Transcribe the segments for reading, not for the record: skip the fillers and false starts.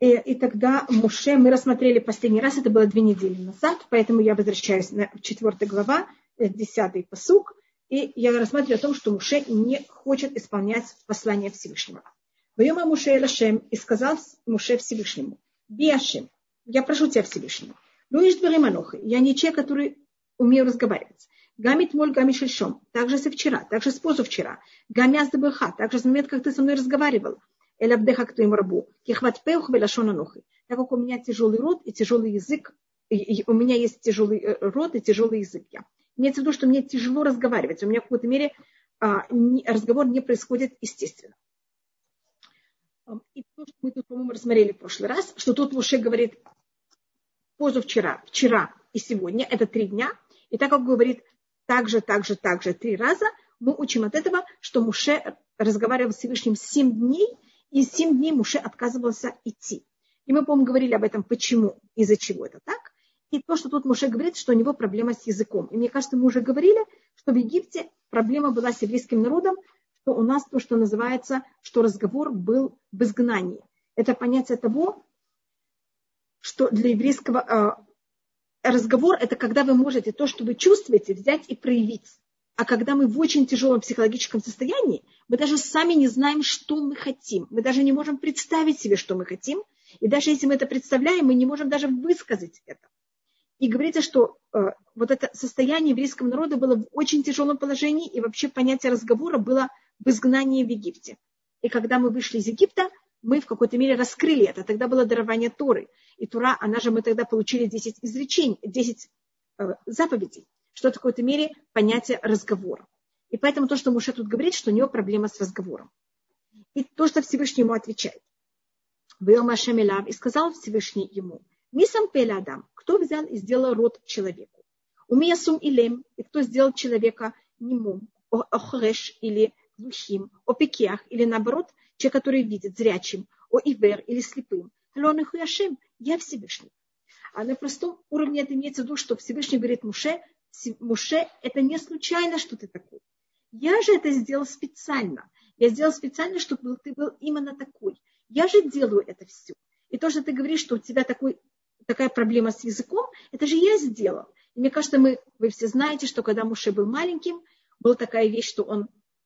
И тогда Моше, мы рассмотрели последний раз, это было 2 недели назад, поэтому я возвращаюсь на 4 глава, 10 пасук, и я рассматриваю о том, что Моше не хочет исполнять послание Всевышнего. «Вайома Моше эль Ашем», и сказал Моше Всевышнему: «Би Ашем, я прошу тебя, Всевышний, луиш дверим анохи, я не человек, который умею разговаривать. Гамит моль гами шельшом, также со вчера, также с позавчера. Гамяс дебыха, также с момента, как ты со мной разговаривал. Эль абдеха к твоему рабу, кихват пеух велашон анохи». Так как у меня тяжелый рот и тяжелый язык, у меня есть тяжелый рот и тяжелый язык. Имеется в виду, что мне тяжело разговаривать. У меня в какой-то мере разговор не происходит естественно. И то, что мы тут, по-моему, рассмотрели в прошлый раз, что тут Моше говорит позавчера, вчера и сегодня, это 3 дня. И так как говорит также 3 раза, мы учим от этого, что Моше разговаривал с Всевышним 7 дней, и 7 дней Моше отказывался идти. И мы, по-моему, говорили об этом, почему, из-за чего это так. И то, что тут Моше говорит, что у него проблема с языком. И мне кажется, мы уже говорили, что в Египте проблема была с еврейским народом, что у нас то, что называется, что разговор был в изгнании. Это понятие того, что для еврейского разговор – это когда вы можете то, что вы чувствуете, взять и проявить. А когда мы в очень тяжелом психологическом состоянии, мы даже сами не знаем, что мы хотим. Мы даже не можем представить себе, что мы хотим. И даже если мы это представляем, мы не можем даже высказать это. И говорится, что вот это состояние еврейского народа было в очень тяжелом положении, и вообще понятие разговора было в изгнании в Египте. И когда мы вышли из Египта, мы в какой-то мере раскрыли это. Тогда было дарование Торы. И Тора, она же, мы тогда получили 10 изречений, 10 заповедей. Что в какой-то мере понятие разговора. И поэтому то, что Моше тут говорит, что у него проблема с разговором. И то, что Всевышний ему отвечает. И сказал Всевышний ему: «Мисам пеля адам», кто взял и сделал рот человеку. «Умия сум илем», и кто сделал человека немым, охреш или глухим, о пекеах, или наоборот, человек, который видит, зрячим, о ивер или слепым. Алонаху Ашем, я Всевышний. А на простом уровне это имеется в виду, что Всевышний говорит Моше: Моше, это не случайно, что ты такой. Я же это сделал специально. Я сделал специально, чтобы ты был именно такой. Я же делаю это все. И то, что ты говоришь, что у тебя такая проблема с языком, это же я сделал. И мне кажется, вы все знаете, что когда Моше был маленьким, была такая вещь, что он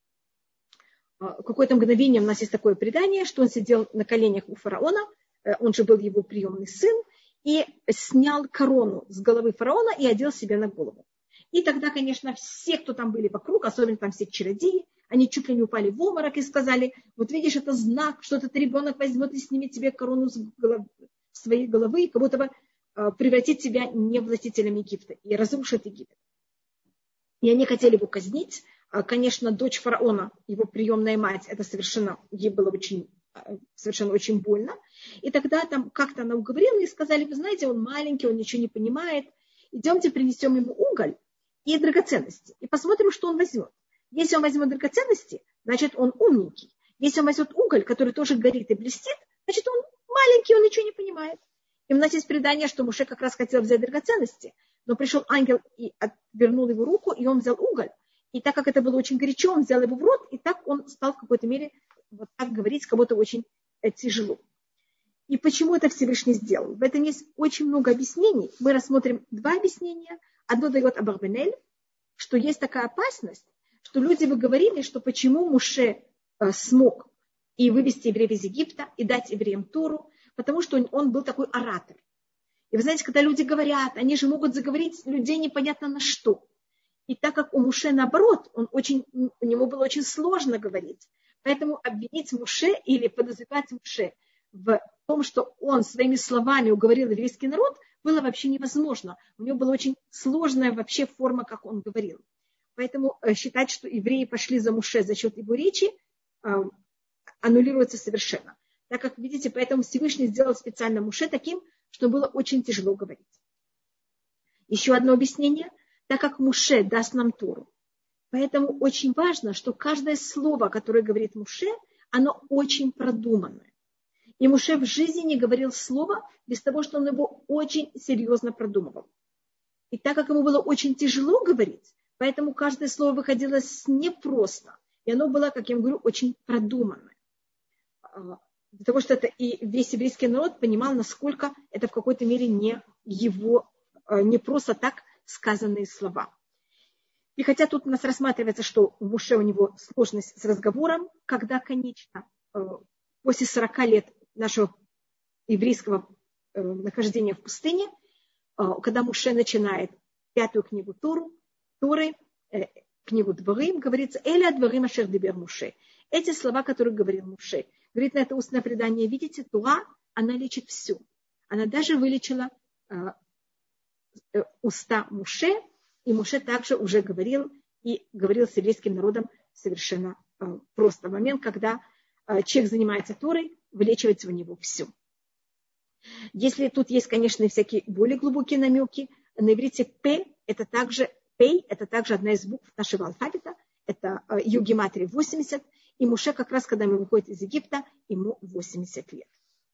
какое-то мгновение, у нас есть такое предание, что он сидел на коленях у фараона, он же был его приемный сын, и снял корону с головы фараона и одел себе на голову. И тогда, конечно, все, кто там были вокруг, особенно там все чародеи, они чуть ли не упали в обморок и сказали: вот видишь, это знак, что этот ребенок возьмет и снимет тебе корону с своей головы и как будто бы превратит тебя не властителем Египта и разрушит Египет. И они хотели его казнить. Конечно, дочь фараона, его приемная мать, это ей было совершенно очень больно. И тогда там как-то она уговорила и сказали: вы знаете, он маленький, он ничего не понимает. Идемте принесем ему уголь и драгоценности. И посмотрим, что он возьмет. Если он возьмет драгоценности, значит, он умненький. Если он возьмет уголь, который тоже горит и блестит, значит, он маленький, он ничего не понимает. И у нас есть предание, что Моше как раз хотел взять драгоценности, но пришел ангел и отвернул его руку, и он взял уголь. И так как это было очень горячо, он взял его в рот, и так он стал в какой-то мере вот так говорить, как будто очень тяжело. И почему это Всевышний сделал? В этом есть очень много объяснений. Мы рассмотрим 2 объяснения. Одно дает Абарбенель, что есть такая опасность, что люди бы говорили, что почему Моше смог и вывести евреев из Египта, и дать евреям Тору, потому что он был такой оратор. И вы знаете, когда люди говорят, они же могут заговорить людей непонятно на что. И так как у Моше наоборот, у него было очень сложно говорить. Поэтому обвинить Моше или подозревать Моше в том, что он своими словами уговорил еврейский народ, было вообще невозможно. У него была очень сложная вообще форма, как он говорил. Поэтому считать, что евреи пошли за Моше за счет его речи, аннулируется совершенно. Так как, видите, поэтому Всевышний сделал специально Моше таким, что было очень тяжело говорить. Еще одно объяснение. Так как Моше даст нам Тору. Поэтому очень важно, что каждое слово, которое говорит Моше, оно очень продуманное. И Моше в жизни не говорил слово без того, что он его очень серьезно продумывал. И так как ему было очень тяжело говорить, поэтому каждое слово выходило непросто. И оно было, как я вам говорю, очень продуманное. Для того, что это и весь еврейский народ понимал, насколько это в какой-то мере не его, не просто так сказанные слова. И хотя тут у нас рассматривается, что в Моше у него сложность с разговором, когда, конечно, после 40 лет нашего еврейского нахождения в пустыне, когда Моше начинает 5-ю книгу Торы, книгу Дворим, говорится, «Эля Дворим ашер дибер Моше». Эти слова, которые говорил Моше. Говорит на это устное предание, видите, Тора, она лечит все. Она даже вылечила уста Моше, и Моше также уже говорил с еврейским народом совершенно просто. Момент, когда человек занимается Торой, вылечивается у него все. Если тут есть, конечно, и всякие более глубокие намеки, на иврите П это также одна из букв нашего алфавита, это ее гематрия 80, и Моше как раз, когда мы выходим из Египта, ему 80 лет.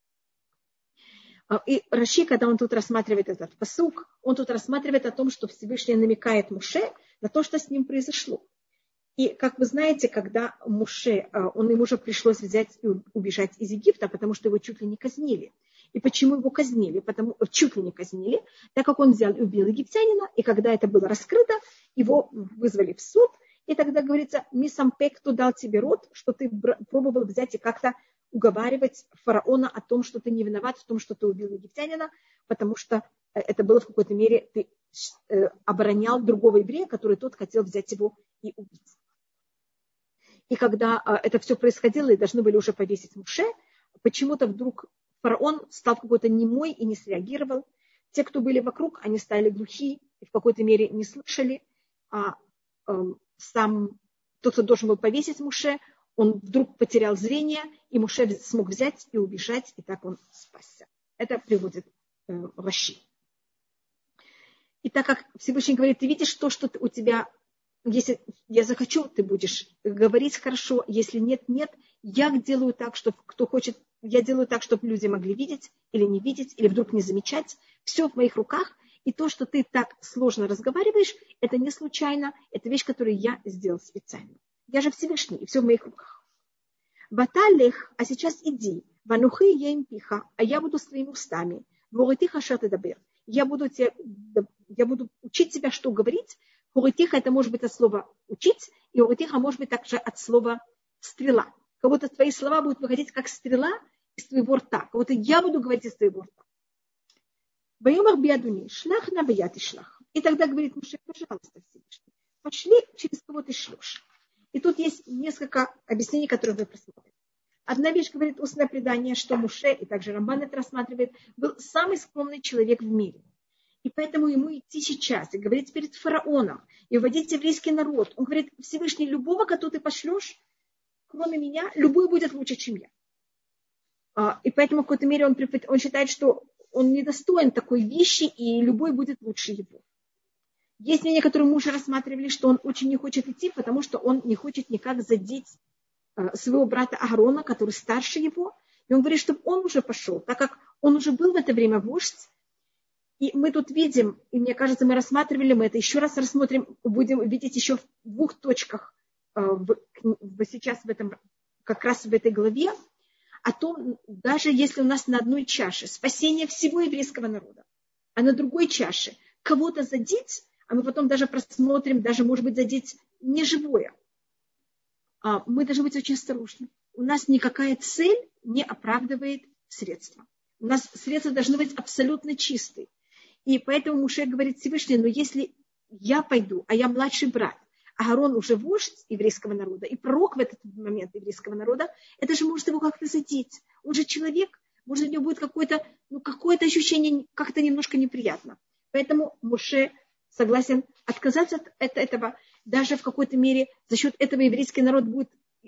И Раши, когда он тут рассматривает этот пасук, он тут рассматривает о том, что Всевышний намекает Моше на то, что с ним произошло. И, как вы знаете, когда Моше, ему уже пришлось взять и убежать из Египта, потому что его чуть ли не казнили. И почему его казнили? Чуть ли не казнили, так как он взял и убил египтянина, и когда это было раскрыто, его вызвали в суд, и тогда говорится, «Мисампек, кто дал тебе род, что ты пробовал взять и как-то уговаривать фараона о том, что ты не виноват в том, что ты убил египтянина, потому что это было в какой-то мере, ты оборонял другого еврея, который тот хотел взять его и убить». И когда это все происходило, и должны были уже повесить Моше, почему-то вдруг фараон стал какой-то немой и не среагировал. Те, кто были вокруг, они стали глухи и в какой-то мере не слышали. А сам тот, кто должен был повесить Моше, он вдруг потерял зрение, и Моше смог взять и убежать, и так он спасся. Это приводит Раши. И так как Всевышний говорит, ты видишь то, что у тебя, если я захочу, ты будешь говорить хорошо, если нет, нет, я делаю так, чтобы кто хочет, я делаю так, чтобы люди могли видеть или не видеть, или вдруг не замечать. Все в моих руках. И то, что ты так сложно разговариваешь, это не случайно, это вещь, которую я сделал специально. Я же Всевышний, и все в моих руках. Баталех, а сейчас иди. Ванухи ем пиха, а я буду с твоими устами. Воротиха шатедабер. Я буду учить тебя, что говорить. Воротиха это может быть от слова учить, и воротиха может быть также от слова стрела. Как будто твои слова будут выходить как стрела из твоего рта. Как будто я буду говорить из твоего рта. Вайомар биадуни, шлах на бияти шлах. И тогда говорит Моше, пожалуйста, Всевышний, пошли, через кого ты шлешь. И тут есть несколько объяснений, которые вы просмотрите. Одна вещь говорит устное предание, что Моше, и также Рамбан это рассматривает, был самый скромный человек в мире. И поэтому ему идти сейчас и говорить перед фараоном, и вводить еврейский народ. Он говорит, Всевышний, любого, кого ты пошлешь, кроме меня, любой будет лучше, чем я. И поэтому в какой-то мере он считает, что он недостоин такой вещи, и любой будет лучше его. Есть мнение, которое мы уже рассматривали, что он очень не хочет идти, потому что он не хочет никак задеть своего брата Аарона, который старше его. И он говорит, чтобы он уже пошел, так как он уже был в это время вождь. И мы тут видим, и мне кажется, мы рассматривали, мы это еще раз рассмотрим, будем видеть еще в 2 точках сейчас как раз в этой главе, о том, даже если у нас на одной чаше спасение всего еврейского народа, а на другой чаше кого-то задеть, а мы потом даже просмотрим, даже, может быть, задеть неживое, мы должны быть очень осторожны. У нас никакая цель не оправдывает средства. У нас средства должны быть абсолютно чистые. И поэтому Моше говорит Всевышний, но если я пойду, а я младший брат, а Аарон уже вождь еврейского народа и пророк в этот момент еврейского народа, это же может его как-то задеть. Он же человек, может, у него будет какое-то ощущение как-то немножко неприятно. Поэтому Моше согласен отказаться от этого. Даже в какой-то мере за счет этого еврейский народ будет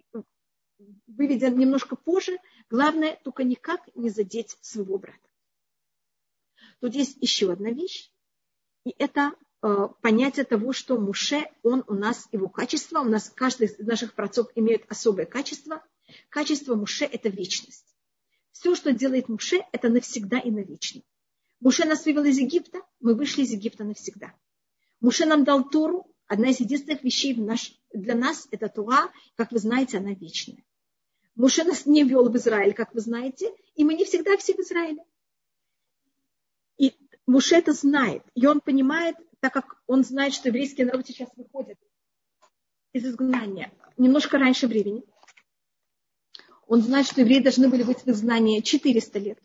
выведен немножко позже. Главное, только никак не задеть своего брата. Тут есть еще одна вещь, и это понятие того, что Моше, он у нас, его качество, у нас каждый из наших праотцов имеет особое качество. Качество Моше – это вечность. Все, что делает Моше, это навсегда и навечно. Моше нас вывел из Египта, мы вышли из Египта навсегда. Моше нам дал Тору, одна из единственных вещей для нас – это Тора, как вы знаете, она вечная. Моше нас не вел в Израиль, как вы знаете, и мы не всегда все в Израиле. И Моше это знает, и он понимает, так как он знает, что еврейский народ сейчас выходит из изгнания немножко раньше времени. Он знает, что евреи должны были быть в изгнании 400 лет.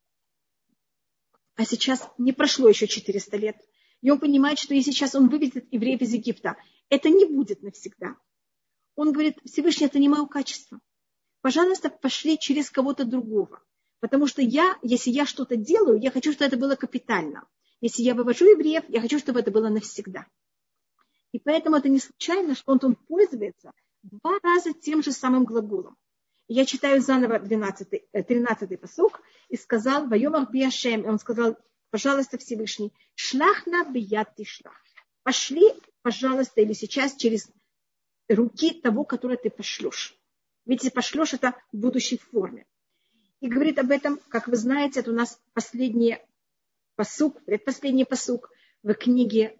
А сейчас не прошло еще 400 лет. И он понимает, что если сейчас он выведет евреев из Египта, это не будет навсегда. Он говорит, Всевышний, это не мое качество. Пожалуйста, пошли через кого-то другого. Потому что если я что-то делаю, я хочу, чтобы это было капитально. Если я вывожу евреев, я хочу, чтобы это было навсегда. И поэтому это не случайно, что он пользуется 2 раза тем же самым глаголом. Я читаю заново 13-й пасук и сказал, «Вайомар би Ашем», он сказал, пожалуйста, Всевышний, «Шлахна бият тишлах». Пошли, пожалуйста, или сейчас через руки того, которого ты пошлешь. Ведь если пошлешь, это в будущей форме. И говорит об этом, как вы знаете, это у нас последний пасук, предпоследний пасук в книге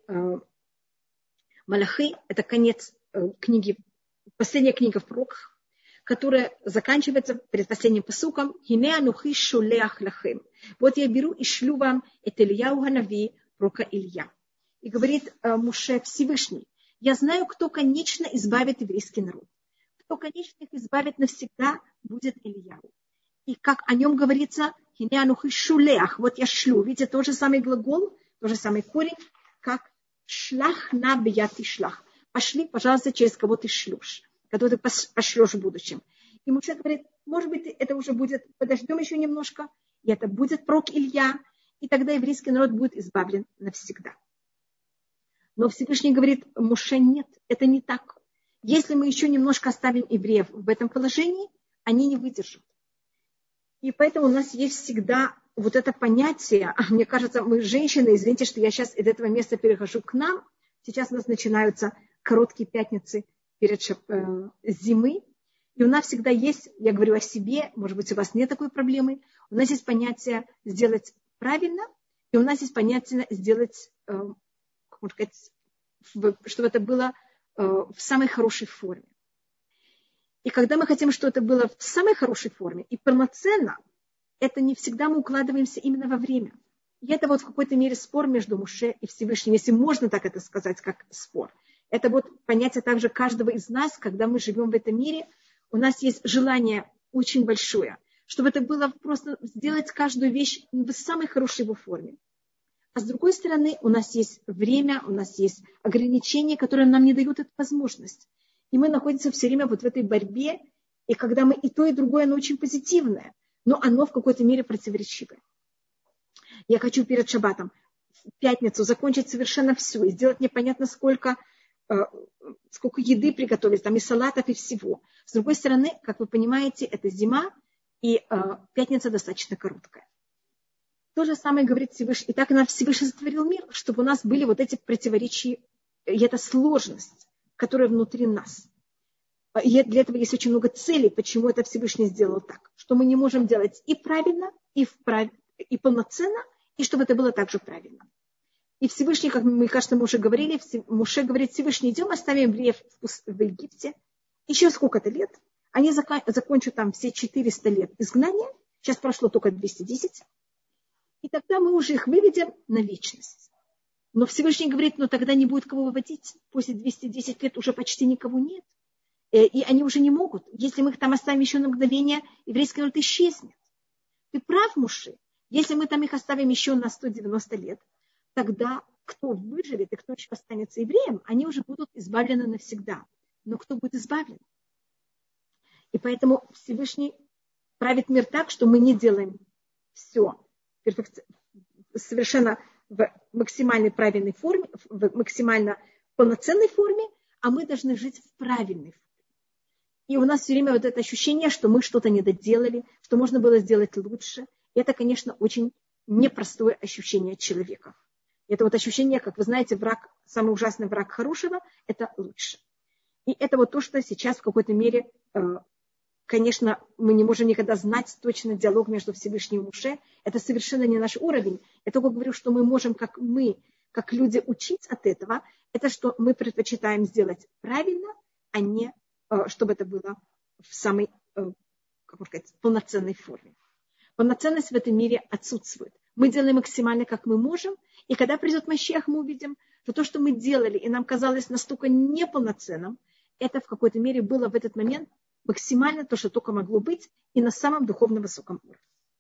Малахи, это конец книги, последняя книга в пророках, которая заканчивается предпоследним пасуком «Хине анухи шулеах лахем». Вот я беру и шлю вам это Ильяу ханави, пророка Илья. И говорит Моше, Всевышний, я знаю, кто конечно избавит еврейский народ. Кто конечно их избавит навсегда, будет Ильяу. И как о нем говорится «Хине анухи шулеах», вот я шлю. Видите, тот же самый глагол, тот же самый корень, как «шлах на бият тишлах». Пошли, пожалуйста, через кого ты шлешь, который ты пошлешь в будущем. И Моше говорит, может быть, это уже будет, подождем еще немножко, и это будет пророк Илья, и тогда еврейский народ будет избавлен навсегда. Но Всевышний говорит, Моше, нет, это не так. Если мы еще немножко оставим евреев в этом положении, они не выдержат. И поэтому у нас есть всегда вот это понятие, мне кажется, мы женщины, извините, что я сейчас из этого места перехожу к нам, сейчас у нас начинаются короткие пятницы перед зимы, и у нас всегда есть, я говорю о себе, может быть, у вас нет такой проблемы, у нас есть понятие сделать правильно, и у нас есть понятие сделать, как можно сказать, чтобы это было в самой хорошей форме. И когда мы хотим, чтобы это было в самой хорошей форме и полноценно, это не всегда мы укладываемся именно во время. И это вот в какой-то мере спор между Моше и Всевышним, если можно так это сказать, как спор. Это вот понятие также каждого из нас, когда мы живем в этом мире, у нас есть желание очень большое, чтобы это было просто сделать каждую вещь в самой хорошей его форме. А с другой стороны, у нас есть время, у нас есть ограничения, которые нам не дают эту возможность. И мы находимся все время вот в этой борьбе, и когда мы и то, и другое, оно очень позитивное, но оно в какой-то мере противоречивое. Я хочу перед шаббатом в пятницу закончить совершенно все и сделать непонятно сколько еды приготовить, там и салатов, и всего. С другой стороны, как вы понимаете, это зима, и пятница достаточно короткая. То же самое говорит Всевышний. И так нам Всевышний сотворил мир, чтобы у нас были вот эти противоречия, и эта сложность, которая внутри нас. И для этого есть очень много целей, почему это Всевышний сделал так. Что мы не можем делать и правильно, и полноценно, и чтобы это было также правильно. И Всевышний, как мне кажется, мы уже говорили, Моше говорит, Всевышний, идем, оставим евреев в Египте. Еще сколько-то лет. Они закончат там все 400 лет изгнания. Сейчас прошло только 210. И тогда мы уже их выведем на вечность. Но Всевышний говорит, тогда не будет кого выводить. После 210 лет уже почти никого нет. И они уже не могут. Если мы их там оставим еще на мгновение, еврейский народ исчезнет. Ты прав, Моше. Если мы там их оставим еще на 190 лет, тогда кто выживет и кто еще останется евреем, они уже будут избавлены навсегда. Но кто будет избавлен? И поэтому Всевышний правит мир так, что мы не делаем все совершенно в максимально правильной форме, в максимально полноценной форме, а мы должны жить в правильной форме. И у нас все время вот это ощущение, что мы что-то не доделали, что можно было сделать лучше. И это, конечно, очень непростое ощущение человека. Это вот ощущение, как вы знаете, самый ужасный враг хорошего – это лучше. И это вот то, что сейчас в какой-то мере, конечно, мы не можем никогда знать точно диалог между Всевышним и Моше. Это совершенно не наш уровень. Я только говорю, что мы можем, как люди, учить от этого. Это что мы предпочитаем сделать правильно, а не чтобы это было в самой как можно сказать, полноценной форме. Полноценность в этом мире отсутствует. Мы делаем максимально, как мы можем, и когда придет Машиах, мы увидим, что то, что мы делали, и нам казалось настолько неполноценным, это в какой-то мере было в этот момент максимально то, что только могло быть, и на самом духовно высоком уровне.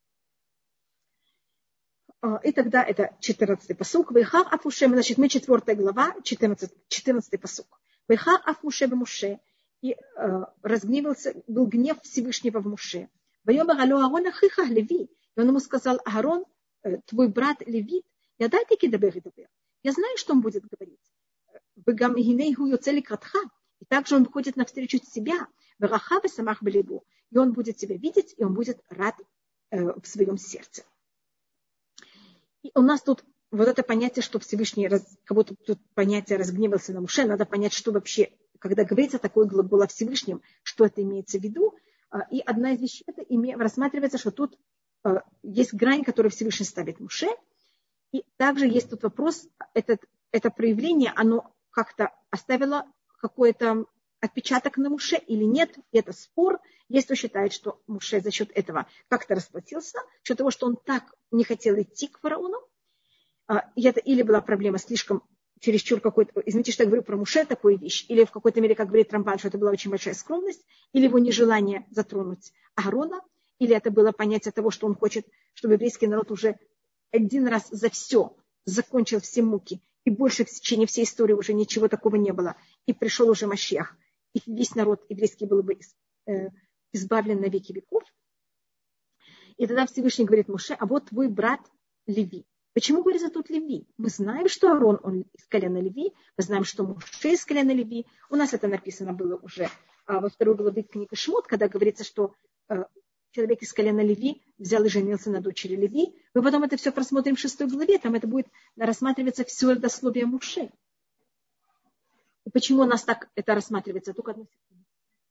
И тогда это 14-й пасук. Вейхар аф Муше, значит, мы 4 глава, 14-й пасук. Вейхар аф Муше бе Муше. И разгневался, был гнев Всевышнего в Муше. Вайомар алё Аарон ахиха Леви. И он ему сказал: Аарон, твой брат Левит, я дай таки дабер. Я знаю, что он будет говорить. Вегам гинейгу йоце ликратха. И также он выходит навстречу тебя. Вераха весамах белебу. И он будет тебя видеть, и он будет рад в своем сердце. И у нас тут вот это понятие, что Всевышний, как будто тут понятие разгневался на Муше, надо понять, что вообще, когда говорится такой глагол о Всевышнем, что это имеется в виду. И одна из вещей, это рассматривается, что тут есть грань, которую Всевышний ставит Муше. И также есть тут вопрос, это проявление, оно как-то оставило какой-то отпечаток на Муше или нет. И это спор. Есть кто считает, что Муше за счет этого как-то расплатился, за счет того, что он так не хотел идти к фараону. И это или была проблема слишком чересчур какой-то, извините, что я говорю про Муше, такую вещь, или в какой-то мере, как говорит Рамбан, что это была очень большая скромность, или его нежелание затронуть Аарона, или это было понятие того, что он хочет, чтобы еврейский народ уже один раз за все закончил все муки, и больше в течение всей истории уже ничего такого не было, и пришел уже Машиах, и весь народ еврейский был бы избавлен на веки веков. И тогда Всевышний говорит Муше: а вот твой брат Леви. Почему говорится тут Леви? Мы знаем, что Аарон, он из колена Леви, мы знаем, что Муше из колена Леви. У нас это написано было уже во 2 главе книги Шмот, когда говорится, что человек из колена Леви взял и женился на дочери Леви. Мы потом это все просмотрим в 6 главе, там это будет рассматриваться все родословие Муше. И почему у нас так это рассматривается? Только одну секунду.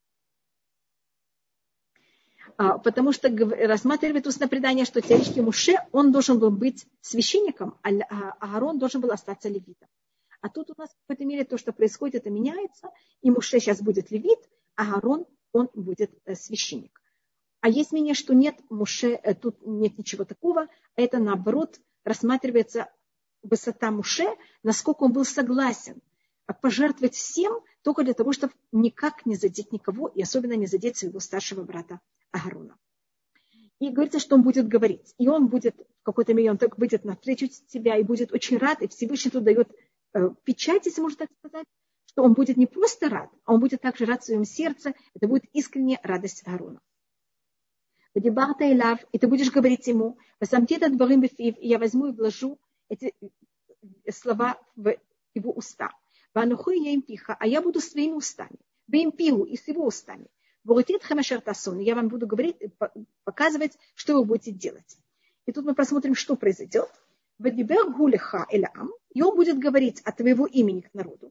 Потому что рассматривает устное предание, что теоретически Муше, он должен был быть священником, а Аарон должен был остаться левитом. А тут у нас в какой-то мере то, что происходит, это меняется, и Муше сейчас будет левит, а Аарон, он будет священник. А есть мнение, что нет, Муше, тут нет ничего такого, а это наоборот рассматривается высота Муше, насколько он был согласен пожертвовать всем только для того, чтобы никак не задеть никого, и особенно не задеть своего старшего брата Аарона. И говорится, что он будет говорить. И он будет, в какой-то мере, он так выйдет навстречу тебя и будет очень рад, и Всевышний тут дает печать, если можно так сказать, что он будет не просто рад, а он будет также рад в своем сердце. Это будет искренняя радость Аарона. И ты будешь говорить ему: и я возьму и вложу эти слова в его уста. А я буду своими устами, и с его устами. Я вам буду говорить, показывать, что вы будете делать. И тут мы посмотрим, что произойдет. И он будет говорить от твоего имени к народу.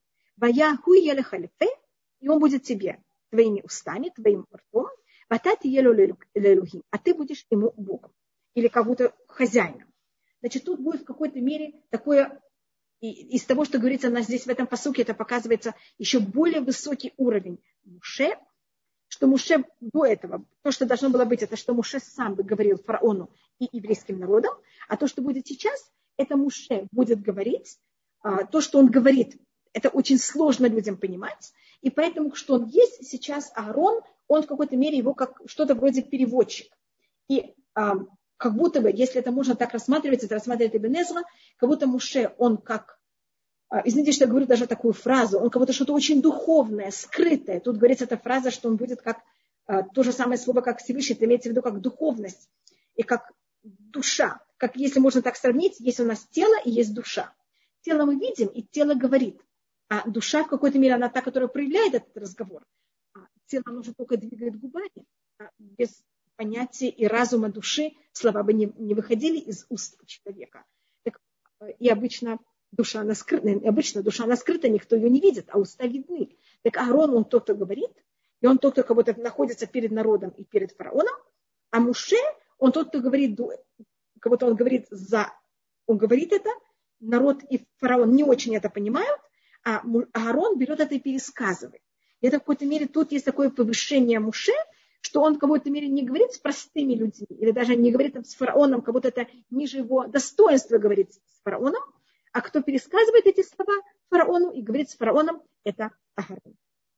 И он будет тебе твоими устами, твоим ртом. А ты будешь ему Богом. Или как будто хозяином. Значит, тут будет в какой-то мере такое... И из того, что говорится у нас здесь в этом пасуке, это показывается еще более высокий уровень Муше, что Муше до этого, то, что должно было быть, это что Муше сам бы говорил фараону и еврейским народам, а то, что будет сейчас, это Муше будет говорить, то, что он говорит, это очень сложно людям понимать, и поэтому, что он есть сейчас, Аарон, он в какой-то мере его как что-то вроде переводчик. И как будто бы, если это можно так рассматривать, это рассматривает Ибн Эзра, как будто Муше, он как, извините, что я говорю даже такую фразу, он как будто что-то очень духовное, скрытое. Тут говорится эта фраза, что он будет как, то же самое слово, как Всевышний, это имеется в виду как духовность и как душа. Как если можно так сравнить, есть у нас тело и есть душа. Тело мы видим, и тело говорит. А душа в какой-то мере, она та, которая проявляет этот разговор. А тело, оно же только двигает губами, без понятия и разума души слова бы не выходили из уст человека. Так, и обычно душа, она скрыта, никто ее не видит, а уста видны. Так Аарон, он тот, кто говорит, и он тот, кто как будто находится перед народом и перед фараоном, а Муше, он тот, кто говорит, как будто он говорит это, народ и фараон не очень это понимают, а Аарон берет это и пересказывает. И это в какой-то мере тут есть такое повышение Муше, что он в какой-то мере не говорит с простыми людьми, или даже не говорит там, с фараоном, как будто это ниже его достоинства говорит с фараоном, а кто пересказывает эти слова фараону и говорит с фараоном, это Агарон.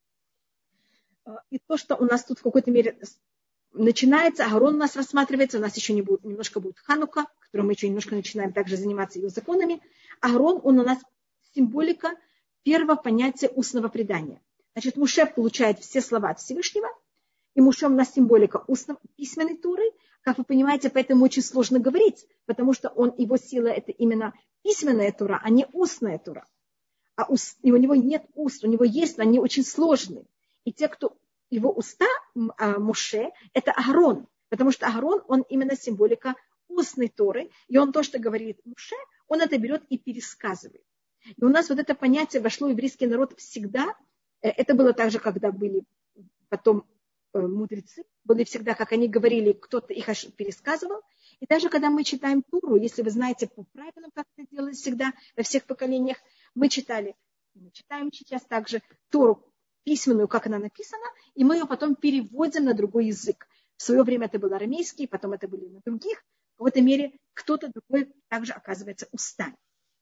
И то, что у нас тут в какой-то мере начинается, Агарон у нас рассматривается, у нас еще немножко будет Ханука, которым мы еще немножко начинаем также заниматься ее законами. Агарон, он у нас символика первого понятия устного предания. Значит, Моше получает все слова от Всевышнего, и Моше у нас символика письменной Торы. Как вы понимаете, поэтому очень сложно говорить, потому что его сила – это именно письменная Тора, а не устная Тора. И у него нет уст, у него есть, но они очень сложные. И те, кто его уста, Моше, это Агарон, потому что Агарон, он именно символика устной Торы, и он то, что говорит Моше, он это берет и пересказывает. И у нас вот это понятие вошло в еврейский народ всегда. Это было так же, когда были потом мудрецы, были всегда, как они говорили, кто-то их пересказывал. И даже когда мы читаем Тору, если вы знаете по правилам, как это делалось всегда во всех поколениях, мы читаем сейчас также Тору письменную, как она написана, и мы ее потом переводим на другой язык. В свое время это был арамейский, потом это были на других. В какой-то мере кто-то другой также оказывается устами.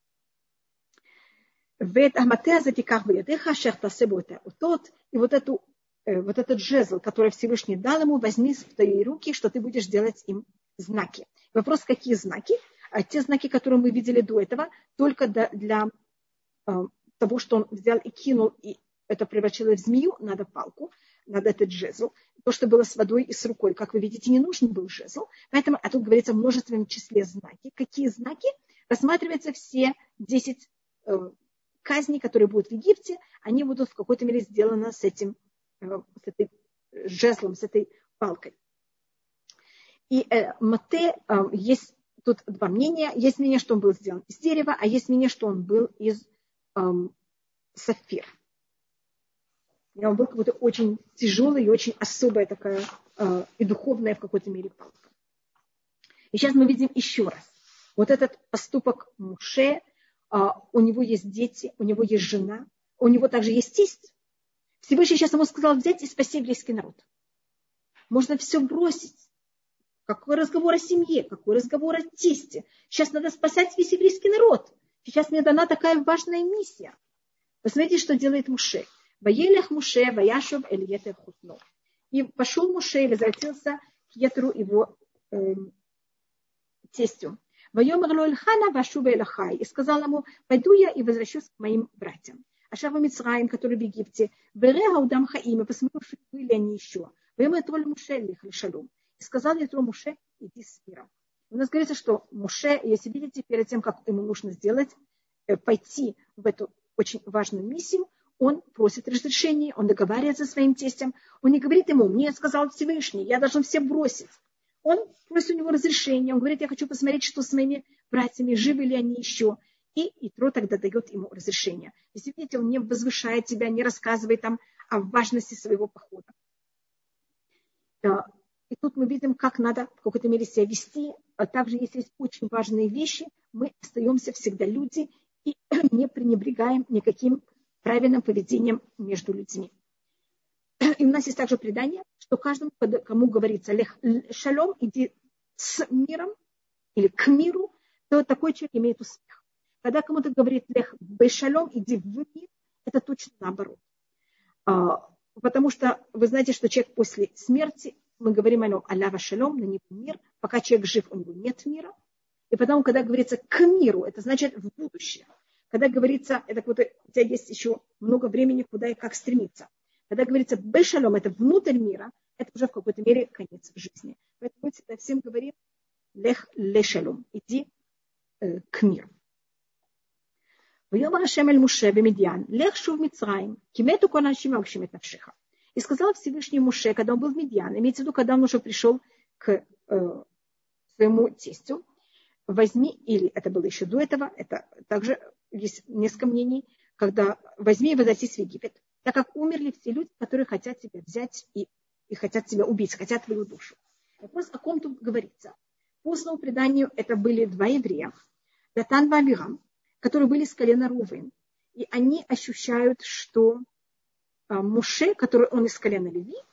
И вот этот жезл, который Всевышний дал ему, возьми в твои руки, что ты будешь делать им знаки. Вопрос, какие знаки? Те знаки, которые мы видели до этого, только для того, что он взял и кинул, и это превратилось в змею, надо палку, надо этот жезл. То, что было с водой и с рукой, как вы видите, не нужен был жезл. Поэтому, а тут говорится в множественном числе знаки. Какие знаки? Рассматриваются все 10 казней, которые будут в Египте, они будут в какой-то мере сделаны с этим жезлом, с этой палкой. И Моте, есть тут два мнения. Есть мнение, что он был сделан из дерева, а есть мнение, что он был из сапфира. И он был какой-то очень тяжелый и очень особая такая и духовная в какой-то мере палка. И сейчас мы видим еще раз. Вот этот поступок Моше, у него есть дети, у него есть жена, у него также есть тесть. Всевышний сейчас ему сказал взять и спасти еврейский народ. Можно все бросить. Какой разговор о семье, какой разговор о тесте. Сейчас надо спасать весь еврейский народ. Сейчас мне дана такая важная миссия. Посмотрите, что делает Моше. Ваелях Моше, Ваяшов, Эльетер Хутно. И пошел Моше и возвратился к Етру, его тестю. И сказал ему, пойду я и возвращусь к моим братьям. Ашава Мицраим, который в Египте, Берега Удам Хаим, и посмотрю, были они еще. И сказал Етру Моше, иди с миром. У нас говорится, что Моше, если видите, перед тем, как ему нужно сделать, пойти в эту очень важную миссию, он просит разрешения, он договаривается со своим тестем, он не говорит ему, мне сказал Всевышний, я должен всех бросить. Он просит у него разрешения, он говорит, я хочу посмотреть, что с моими братьями, живы ли они еще. И Итро тогда дает ему разрешение. Если видите, он не возвышает тебя, не рассказывает там о важности своего похода. И тут мы видим, как надо в какой-то мере себя вести. А также, если есть очень важные вещи, мы остаемся всегда люди и не пренебрегаем никаким правильным поведением между людьми. И у нас есть также предание, что каждому, кому говорится шалом, иди с миром или к миру, то такой человек имеет успех. Когда кому-то говорит лех бешалом, иди в мир, это точно наоборот. Потому что вы знаете, что человек после смерти, мы говорим о нем алява шалом, на него мир, пока человек жив, у него нет мира. И потом, когда говорится к миру, это значит в будущее. Когда говорится, это вот у тебя есть еще много времени, куда и как стремиться. Когда говорится бешалом, это внутрь мира, это уже в какой-то мере конец жизни. Поэтому мы всегда всем говорим лех лешалом, иди к миру. ויאמר השם אל משה במדיין, לך שוב מצרים, כי מתו כל האנשים המבקשים את נפשך. И сказал Всевышний Моше, когда он был в Медиане, имеется в виду, когда он уже пришел к своему тестю, возьми, или это было еще до этого, это также есть несколько мнений, когда возьми и возвратись в Египет, так как умерли все люди, которые хотят тебя взять и хотят тебя убить, хотят твою душу. Вопрос, о ком тут говорится. По устному преданию это были два еврея, Датан и Авирам, которые были с колена Рувен. И они ощущают, что Моше, который он из колена Леви,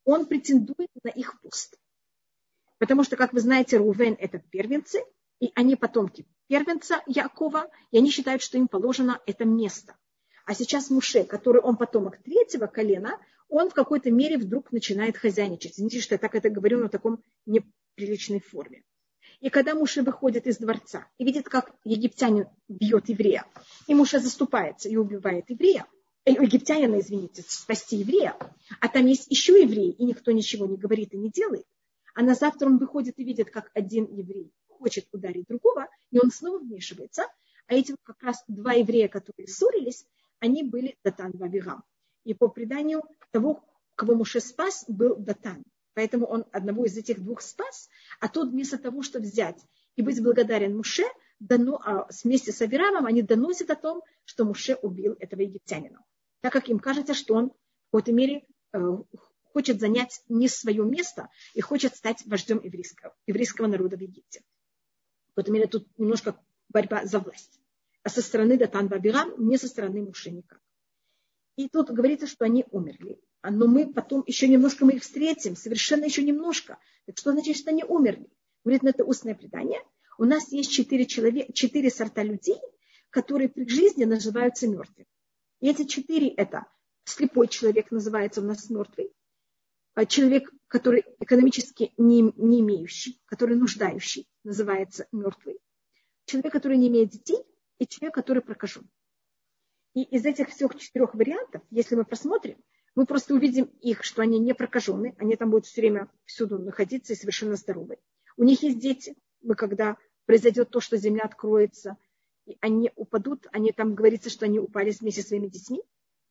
он претендует на их пост. Потому что, как вы знаете, Рувен – это первенцы, и они потомки первенца Якова, и они считают, что им положено это место. А сейчас Муше, который он потомок третьего колена, он в какой-то мере вдруг начинает хозяйничать. Извините, что я так это говорю, но в таком неприличной форме. И когда Муше выходит из дворца и видит, как египтянин бьет еврея, и Муше заступается и убивает еврея, египтянина, извините, спасти еврея, а там есть еще евреи, и никто ничего не говорит и не делает, а на завтра он выходит и видит, как один еврей хочет ударить другого, и он снова вмешивается, а эти как раз два еврея, которые ссорились, они были Датан и Авирам. И по преданию того, кого Муше спас, был Датан. Поэтому он одного из этих двух спас, а тот вместо того, чтобы взять и быть благодарен Муше, вместе с Авирамом они доносят о том, что Муше убил этого египтянина. Так как им кажется, что он в какой-то мере хочет занять не свое место и хочет стать вождем еврейского народа в Египте. В какой-то мере тут немножко борьба за власть. А со стороны Датан и Авирам, не со стороны Муше никак. И тут говорится, что они умерли. Но мы потом еще немножко мы их встретим, совершенно еще немножко. Так что значит, что они умерли? Говорит, это устное предание. У нас есть 4 сорта людей, которые при жизни называются мертвыми. И эти 4 это слепой человек называется у нас мертвый, человек, который экономически не имеющий, который нуждающий, называется мертвый, человек, который не имеет детей, и человек, который прокажен. И из этих всех 4 вариантов, если мы посмотрим, мы просто увидим их, что они не прокажены, они там будут все время всюду находиться и совершенно здоровы. У них есть дети, когда произойдет то, что земля откроется, и они упадут, они там говорится, что они упали вместе со своими детьми.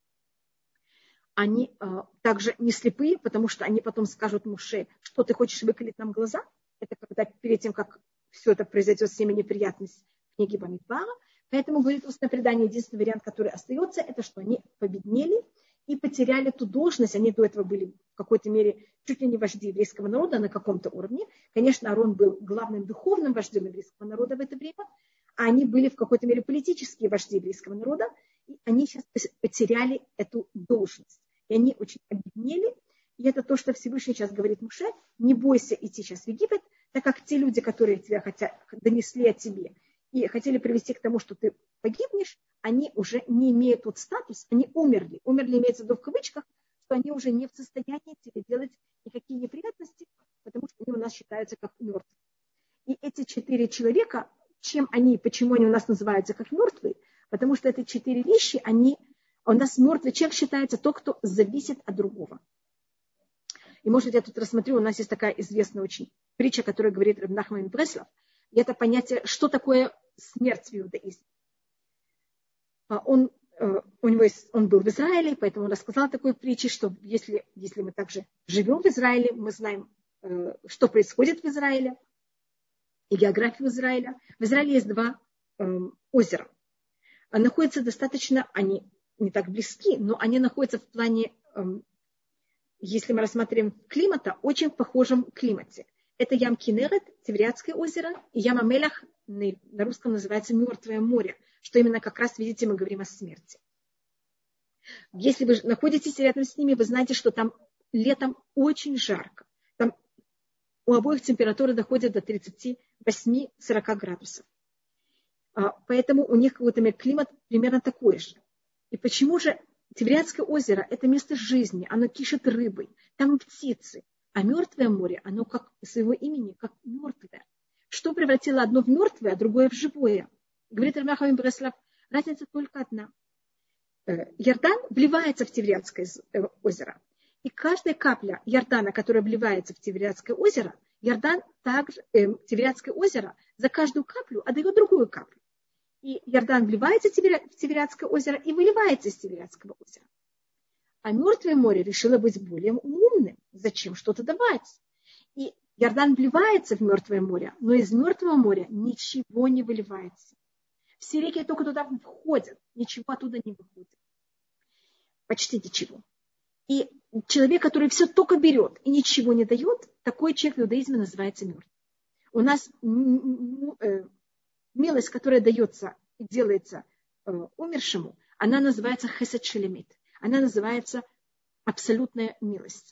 Они также не слепые, потому что они потом скажут Муше, что ты хочешь выколить нам глаза. Это когда перед тем, как все это произойдет, всеми неприятность в книге Бамидбара. Поэтому, говорит устное предание, единственный вариант, который остается, это что они победнели и потеряли ту должность. Они до этого были в какой-то мере чуть ли не вожди еврейского народа на каком-то уровне. Конечно, Аарон был главным духовным вождем еврейского народа в это время, а они были в какой-то мере политические вожди еврейского народа, и они сейчас потеряли эту должность. И они очень обеднели. И это то, что Всевышний сейчас говорит Муше: не бойся идти сейчас в Египет, так как те люди, которые тебя донесли о тебе и хотели привести к тому, что ты погибнешь, они уже не имеют тот статус, они умерли. Умерли имеется в виду в кавычках, что они уже не в состоянии тебе делать никакие неприятности, потому что они у нас считаются как мертвые. И эти 4 человека, почему они у нас называются как мертвые? Потому что эти 4 вещи, у нас мертвый человек считается тот, кто зависит от другого. И, может быть, я тут рассмотрю, у нас есть такая известная очень притча, которая говорит Рав Нахман Бреслов. И это понятие, что такое смерть в иудаизме. Он был в Израиле, поэтому он рассказал такой притче, что если мы также живем в Израиле, мы знаем, что происходит в Израиле, и географию Израиля. В Израиле есть 2 озера. Находятся достаточно, они не так близки, но они находятся в плане, если мы рассматриваем климата, очень похожем климате. Это Ям Кинерет, Тивериадское озеро, и Ям Амелях, на русском называется Мертвое море, что именно как раз, видите, мы говорим о смерти. Если вы находитесь рядом с ними, вы знаете, что там летом очень жарко. Там у обоих температура доходит до 38-40 градусов. Поэтому у них какой-то климат примерно такой же. И почему же Тивериадское озеро – это место жизни, оно кишит рыбой, там птицы. А Мертвое море, оно как своего имени, как мертвое. Что превратило одно в мертвое, а другое в живое? Говорит Рав Нахман Бреслов, разница только одна. Иордан вливается в Тивериадское озеро. И каждая капля Иордана, которая вливается в Тивериадское озеро, Тивериадское озеро за каждую каплю отдает другую каплю. И Иордан вливается в Тивериадское озеро и выливается из Тивериадского озера. А Мертвое море решило быть более умным. Зачем что-то давать? И Иордан вливается в Мертвое море, но из Мертвого моря ничего не выливается. Все реки только туда входят, ничего оттуда не выходит. Почти ничего. И человек, который все только берет и ничего не дает, такой человек в иудаизме называется мертвым. У нас милость, которая дается и делается умершему, она называется хесед шелемит. Она называется абсолютная милость.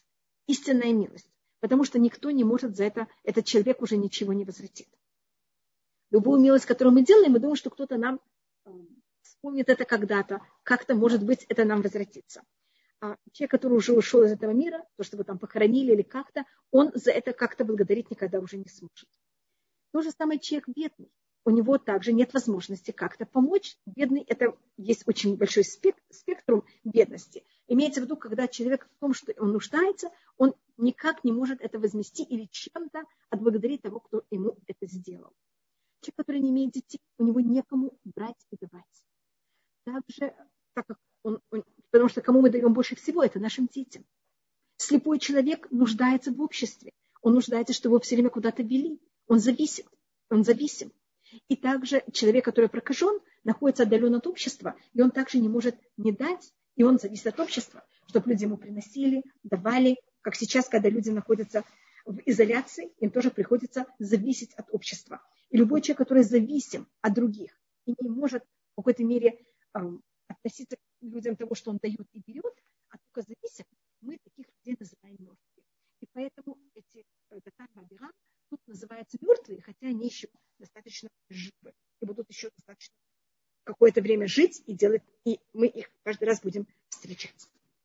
истинная милость. Потому что никто не может за это, этот человек уже ничего не возвратит. Любую милость, которую мы делаем, мы думаем, что кто-то нам вспомнит это когда-то, как-то, может быть, это нам возвратится. А человек, который уже ушел из этого мира, то, что его там похоронили или как-то, он за это как-то благодарить никогда уже не сможет. То же самое человек бедный. У него также нет возможности как-то помочь. Бедный, это есть очень большой спектрум бедности. Имеется в виду, когда человек в том, что он нуждается, он никак не может это возместить или чем-то отблагодарить того, кто ему это сделал. Человек, который не имеет детей, у него некому брать и давать. Также, так как потому что кому мы даем больше всего, это нашим детям. Слепой человек нуждается в обществе. Он нуждается, чтобы его все время куда-то вели. Он зависим. И также человек, который прокажен, находится отдален от общества, и он также не может не дать, и он зависит от общества, чтобы люди ему приносили, давали. Как сейчас, когда люди находятся в изоляции, им тоже приходится зависеть от общества. И любой человек, который зависим от других и не может в какой-то мере относиться к людям того, что он дает и берет, а только зависим, мы таких людей называем мертвыми. И поэтому эти татар-бабирам тут называются мертвые, хотя они еще достаточно живы и будут еще достаточно какое-то время жить и делать, и мы их каждый раз будем встречать.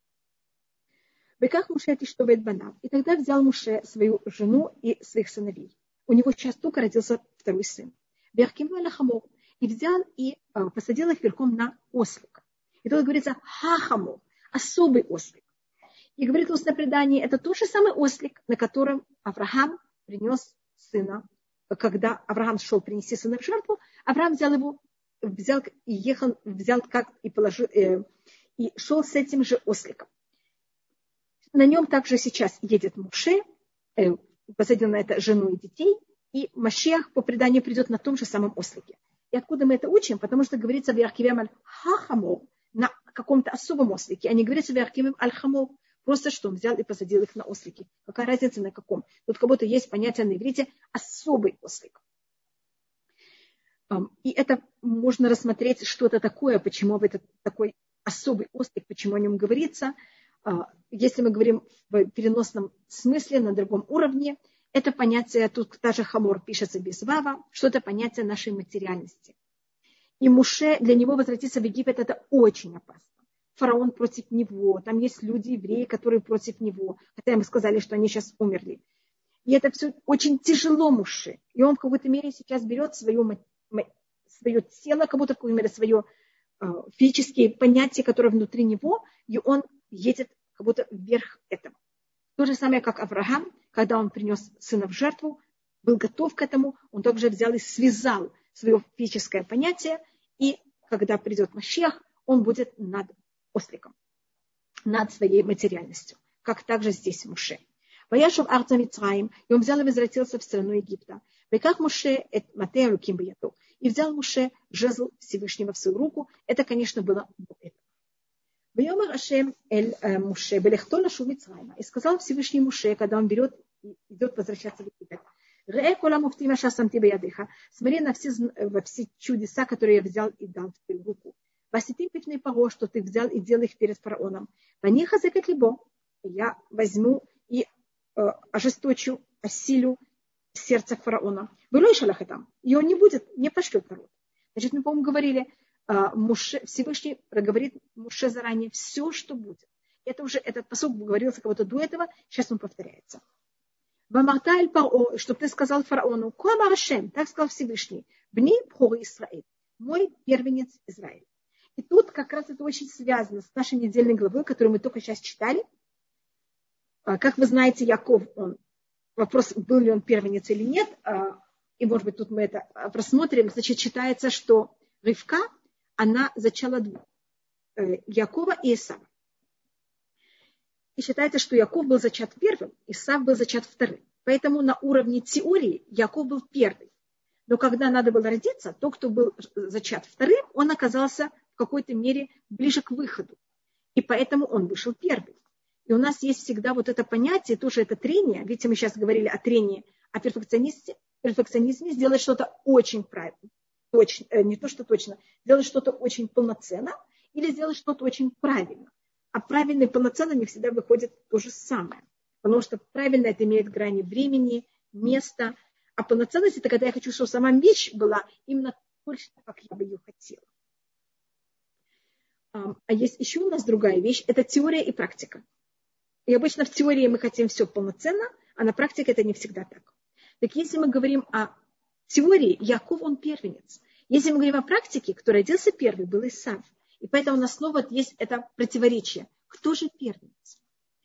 Беках Муше Тиштовет Банав. И тогда взял Муше свою жену и своих сыновей. У него сейчас только родился второй сын. Беркиму Алахамор. И взял и посадил их верхом на ослик. И тут говорится хахамор, особый ослик. И говорит устное предание, это тот же самый ослик, на котором Авраам принес сына. Когда Авраам шел принести сына в жертву, Авраам взял и ехал, и положил, и шел с этим же осликом. На нем также сейчас едет Муше, посадил на это жену и детей, и Машиах по преданию придет на том же самом ослике. И откуда мы это учим? Потому что говорится в Яркивем аль-Хахамор, на каком-то особом ослике, а не говорится в Яркивем аль-Хамор. Просто что он взял и посадил их на ослики. Какая разница на каком? Тут как будто есть понятие на иврите особый ослик. И это можно рассмотреть, что это такое, почему это такой особый ослик, почему о нем говорится. Если мы говорим в переносном смысле, на другом уровне, это понятие, тут даже хамор пишется без вава, что это понятие нашей материальности. И Муше, для него возвратиться в Египет, это очень опасно. Фараон против него, там есть люди, евреи, которые против него, хотя мы сказали, что они сейчас умерли. И это все очень тяжело Муше. И он в какой-то мере сейчас берет свое тело, как будто в какой-то мере свое физические понятия, которые внутри него, и он едет как будто вверх этого. То же самое, как Авраам, когда он принес сына в жертву, был готов к этому, он также взял и связал свое физическое понятие, и когда придет Машиах, он будет над осликом, над своей материальностью, как также здесь Муше. Ваяшев арца Мицраим, и он взял и возвратился в страну Египта. Веках Муше эт матея луким бьяту. И взял Муше жезл Всевышнего в свою руку. Это, конечно, было до этого. Вьомар Ашем эль Муше белехто лашу Мицраима. И сказал Всевышний Муше, когда он идет возвращаться в Египет. Смотри на все чудеса, которые я взял и дал в твою руку. Восетим пифней паро, что ты взял и делал их перед фараоном. Ваниха закат либо. Я возьму и ожесточу, осилю сердце фараона. Вылой шалахатам. И он не пошлет народ. Значит, мы, по-моему, говорили, Всевышний говорит Муше заранее все, что будет. Это уже этот пасук говорился кого-то до этого, сейчас он повторяется. Вамарта эль паро, чтобы ты сказал фараону, Коамар Ашем, так сказал Всевышний, бни бхоры Исраэль, мой первенец Израиль. И тут как раз это очень связано с нашей недельной главой, которую мы только сейчас читали. Как вы знаете, Яков, вопрос, был ли он первенец или нет, и, может быть, тут мы это просмотрим. Значит, считается, что Ривка, она зачала двух, Якова и Исава. И считается, что Яков был зачат первым, Исав был зачат вторым. Поэтому на уровне теории Яков был первый. Но когда надо было родиться, тот, кто был зачат вторым, он оказался в какой-то мере ближе к выходу. И поэтому он вышел первый. И у нас есть всегда вот это понятие, тоже это трение. Видите, мы сейчас говорили о трении, о перфекционизме сделать что-то очень правильно. Точно, не то, что точно. Сделать что-то очень полноценно или сделать что-то очень правильно. А правильно и полноценно не всегда выходит то же самое. Потому что правильно это имеет грани времени, места. А полноценность – это когда я хочу, чтобы сама вещь была именно точно, как я бы ее хотела. А есть еще у нас другая вещь – это теория и практика. И обычно в теории мы хотим все полноценно, а на практике это не всегда так. Так если мы говорим о теории, Яков, он первенец. Если мы говорим о практике, кто родился первый, был Исав. И поэтому у нас снова есть это противоречие. Кто же первенец?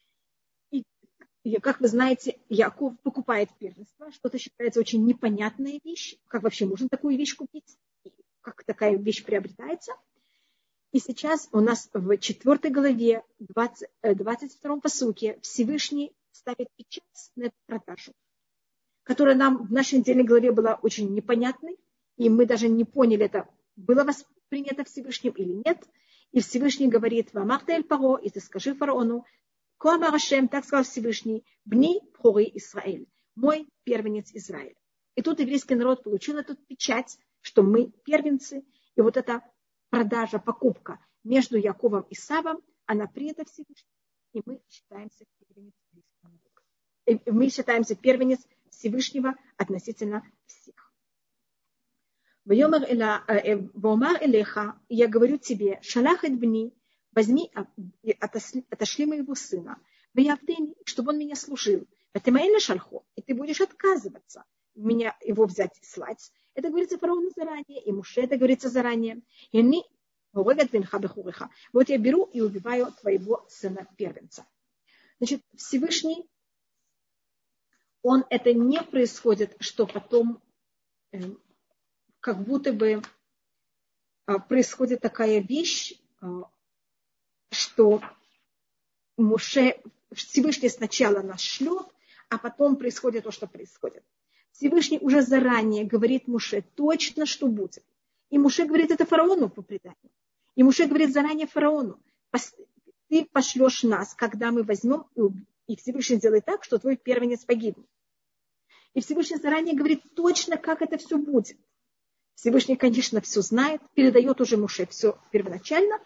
И, как вы знаете, Яков покупает первенство, что-то считается очень непонятная вещь. Как вообще можно такую вещь купить? Как такая вещь приобретается? И сейчас у нас в 4 главе, 22 пасуке, Всевышний ставит печать на эту продажу, которая нам в нашей недельной главе была очень непонятной, и мы даже не поняли, это было воспринято Всевышним или нет. И Всевышний говорит: «Вамахта эль паро», и ты скажи фараону: «Ко амар Ашем», так сказал Всевышний, «Бни бхори Исраэль», мой первенец Израиль. И тут еврейский народ получил эту печать, что мы первенцы, и вот эта продажа, покупка между Яковом и Исавом, она принята Всевышним, и мы считаемся первенец еврейского народа. И мы считаемся первенец Всевышнего относительно всех. «Вомар элеха», я говорю тебе: «Шалах эт бни», возьми, отошли моего сына, «Веявдени», чтобы он меня служил, «Ватимаэль шальхо», и ты будешь отказываться меня его взять и слать. Это говорится фараону заранее, и Муше это говорится заранее. Вот я беру и убиваю твоего сына первенца. Значит, Всевышний, он это не происходит, что потом как будто бы происходит такая вещь, что Муше, Всевышний сначала нас шлет, а потом происходит то, что происходит. Всевышний уже заранее говорит Муше точно, что будет. И Муше говорит это фараону по преданию. И Муше говорит заранее фараону: ты пошлешь нас, когда мы возьмем, и Всевышний сделает так, что твой первенец погибнет. И Всевышний заранее говорит точно, как это все будет. Всевышний, конечно, все знает, передает уже Муше все первоначально.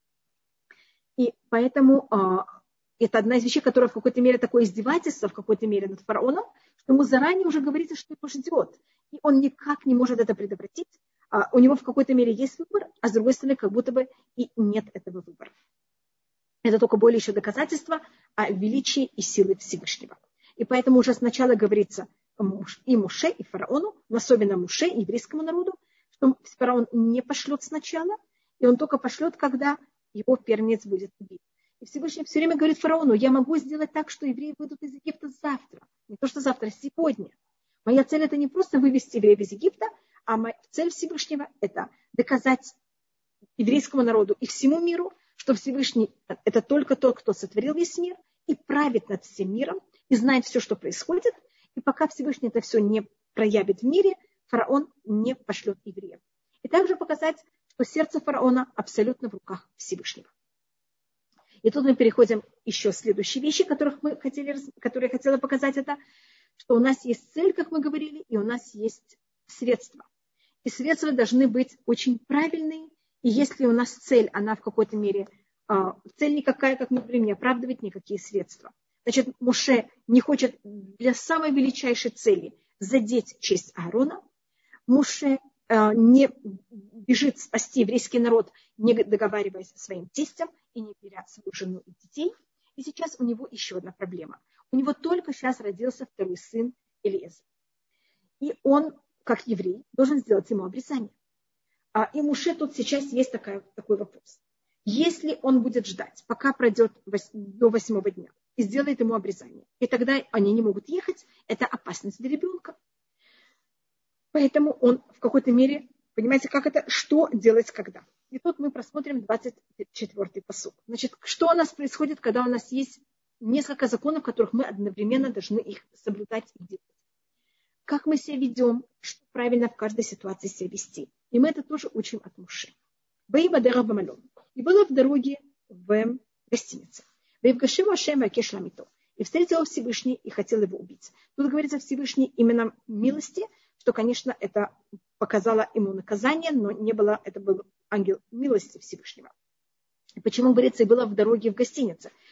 И поэтому это одна из вещей, которая в какой-то мере такое издевательство, в какой-то мере над фараоном, что ему заранее уже говорится, что его ждет. И он никак не может это предотвратить. У него в какой-то мере есть выбор, а с другой стороны, как будто бы и нет этого выбора. Это только более еще доказательство о величии и силе Всевышнего. И поэтому уже сначала говорится и Муше, и фараону, но особенно Муше, и еврейскому народу, что фараон не пошлет сначала, и он только пошлет, когда его первенец будет убит. И Всевышний все время говорит фараону: я могу сделать так, что евреи выйдут из Египта завтра. Не то, что завтра, а сегодня. Моя цель — это не просто вывести евреев из Египта, а цель Всевышнего — это доказать еврейскому народу и всему миру, что Всевышний — это только тот, кто сотворил весь мир и правит над всем миром, и знает все, что происходит. И пока Всевышний это все не проявит в мире, фараон не пошлет евреев. И также показать, что сердце фараона абсолютно в руках Всевышнего. И тут мы переходим еще к следующей вещи, которые я хотела показать, это, что у нас есть цель, как мы говорили, и у нас есть средства. И средства должны быть очень правильные. И если у нас цель, она в какой-то мере, цель никакая, как мы говорим, не оправдывает никакие средства. Значит, Муше не хочет для самой величайшей цели задеть честь Аарона. Муше не бежит спасти еврейский народ, не договариваясь со своим тестем и не беря свою жену и детей. И сейчас у него еще одна проблема. У него только сейчас родился второй сын Элиэзер. И он, как еврей, должен сделать ему обрезание. И Муше тут сейчас есть такой вопрос. Если он будет ждать, пока пройдет до 8-го дня, и сделает ему обрезание, и тогда они не могут ехать, это опасность для ребенка. Поэтому он в какой-то мере, понимаете, как это, что делать когда. И тут мы просмотрим 24-й пасук. Значит, что у нас происходит, когда у нас есть несколько законов, которых мы одновременно должны их соблюдать и делать. Как мы себя ведем, что правильно в каждой ситуации себя вести. И мы это тоже учим от Муше. И было в дороге в гостинице. И встретил Всевышний и хотел его убить. Тут говорится Всевышний именно милости, что, конечно, это показало ему наказание, но не было, это был ангел милости Всевышнего. И почему говорится, и было в дороге в гостинице?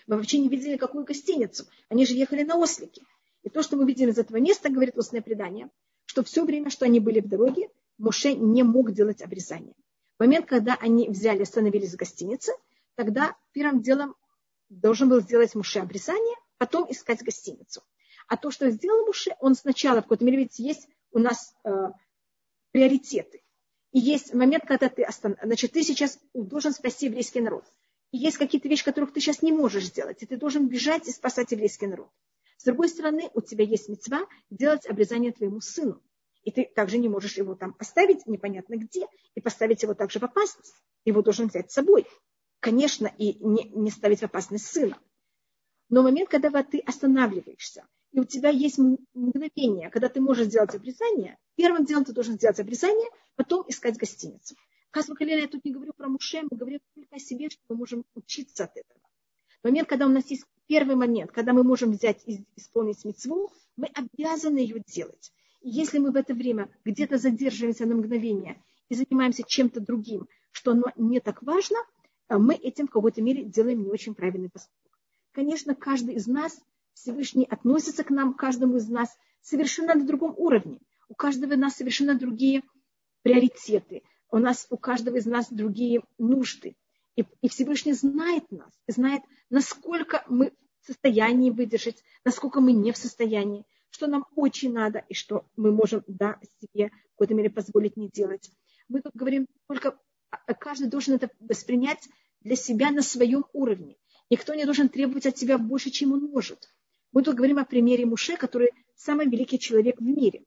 Мы вообще не видели никакую гостиницу. Они же ехали на ослике. И то, что мы видим из этого места, говорит устное предание, что все время, что они были в дороге, Моше не мог делать обрезание. В момент, когда они взяли, остановились в гостинице, тогда первым делом должен был сделать Моше обрезание, потом искать гостиницу. А то, что сделал Моше, он сначала, в какой-то мере, ведь есть у нас приоритеты. И есть момент, когда ты сейчас должен спасти еврейский народ. И есть какие-то вещи, которых ты сейчас не можешь сделать. И ты должен бежать и спасать еврейский народ. С другой стороны, у тебя есть мицва делать обрезание твоему сыну. И ты также не можешь его там оставить непонятно где и поставить его также в опасность. Ты его должен взять с собой. Конечно, и не ставить в опасность сына. Но момент, когда ты останавливаешься, и у тебя есть мгновение, когда ты можешь сделать обрезание, первым делом ты должен сделать обрезание, потом искать гостиницу. Я тут не говорю про Моше, мы говорим только о себе, что мы можем учиться от этого. Момент, когда у нас есть первый момент, когда мы можем взять и исполнить мицву, мы обязаны ее делать. И если мы в это время где-то задерживаемся на мгновение и занимаемся чем-то другим, что оно не так важно, мы этим в какой-то мере делаем не очень правильный поступок. Конечно, каждый из нас, Всевышний относится к нам, каждому из нас совершенно на другом уровне. У каждого из нас совершенно другие приоритеты. У каждого из нас другие нужды. И Всевышний знает нас, знает, насколько мы в состоянии выдержать, насколько мы не в состоянии, что нам очень надо и что мы можем себе в какой-то мере позволить не делать. Мы тут говорим только, каждый должен это воспринять для себя на своем уровне. Никто не должен требовать от тебя больше, чем он может. Мы тут говорим о примере Моше, который самый великий человек в мире.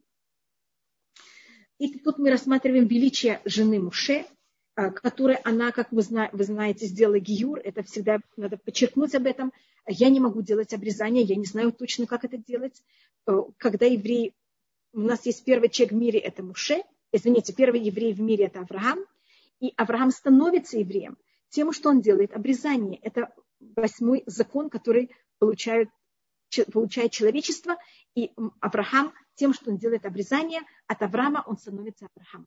И тут мы рассматриваем величие жены Моше, которая она, как вы знаете, сделала гиюр. Это всегда надо подчеркнуть об этом. Я не могу делать обрезание, я не знаю точно, как это делать. Когда евреи, у нас есть первый человек в мире, это Моше. Извините, первый еврей в мире это Авраам. И Авраам становится евреем тем, что он делает обрезание. Это 8-й закон, который получает человечество. И Авраам тем, что он делает обрезание, от Авраама он становится Авраамом.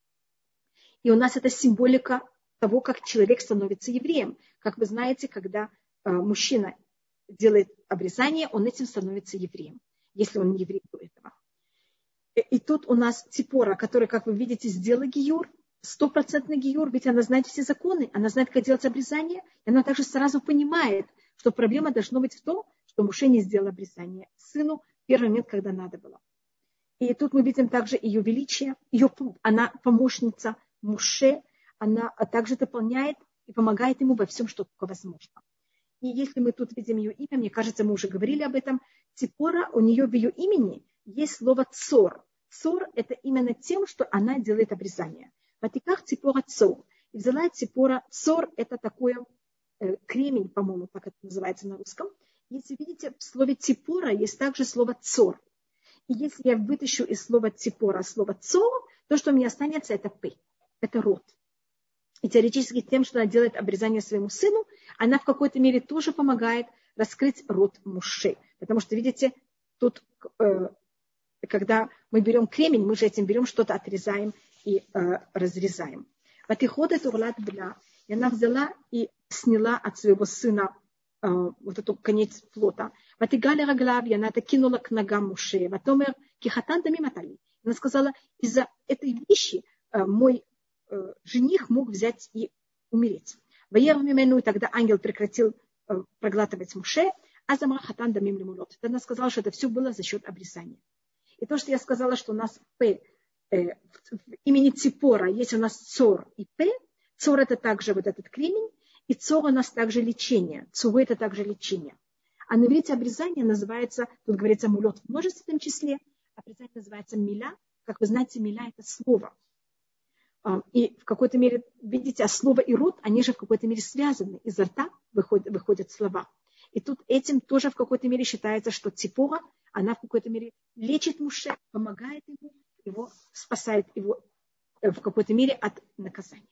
И у нас это символика того, как человек становится евреем. Как вы знаете, когда мужчина делает обрезание, он этим становится евреем, если он не еврей до этого. И тут у нас Ципора, которая, как вы видите, сделала гиюр, 100% гиюр, ведь она знает все законы, она знает, как делать обрезание, и она также сразу понимает, что проблема должна быть в том, что Моше не сделал обрезание сыну в первый момент, когда надо было. И тут мы видим также ее величие, она помощница Моше, она также дополняет и помогает ему во всем, что только возможно. И если мы тут видим ее имя, мне кажется, мы уже говорили об этом, Ципора, у нее в ее имени есть слово цор. Цор – это именно тем, что она делает обрезание. В Ватиках Ципора цор. И взяла Ципора цор – это такой кремень, по-моему, так это называется на русском. Если видите, в слове Ципора есть также слово цор. И если я вытащу из слова Ципора слово цор, то, что у меня останется, это п. Это род. И теоретически тем, что она делает обрезание своему сыну, она в какой-то мере тоже помогает раскрыть род Моше. Потому что, видите, тут, когда мы берем кремень, мы же этим берем что-то, отрезаем и разрезаем. Ватихода турлат бля. И она взяла и сняла от своего сына вот эту конец плота. Ватигаля раглав, и она это кинула к ногам Моше. Ватомер кихатан дамиматали. Она сказала, из-за этой вещи мой жених мог взять и умереть. И тогда ангел прекратил проглатывать Моше, а замар хатан дамим лимулот. Она сказала, что это все было за счет обрезания. И то, что я сказала, что у нас в имени Ципора есть у нас цор и п. Цор это также вот этот кремень, и цор у нас также лечение. Цур это также лечение. А на иврите обрезание называется, тут говорится мулот в множественном числе, обрезание называется миля. Как вы знаете, миля это слово. И в какой-то мере, видите, а слово и рот, они же в какой-то мере связаны. Изо рта выходят слова. И тут этим тоже в какой-то мере считается, что Ципора, она в какой-то мере лечит Моше, помогает ему, его спасает его в какой-то мере от наказания.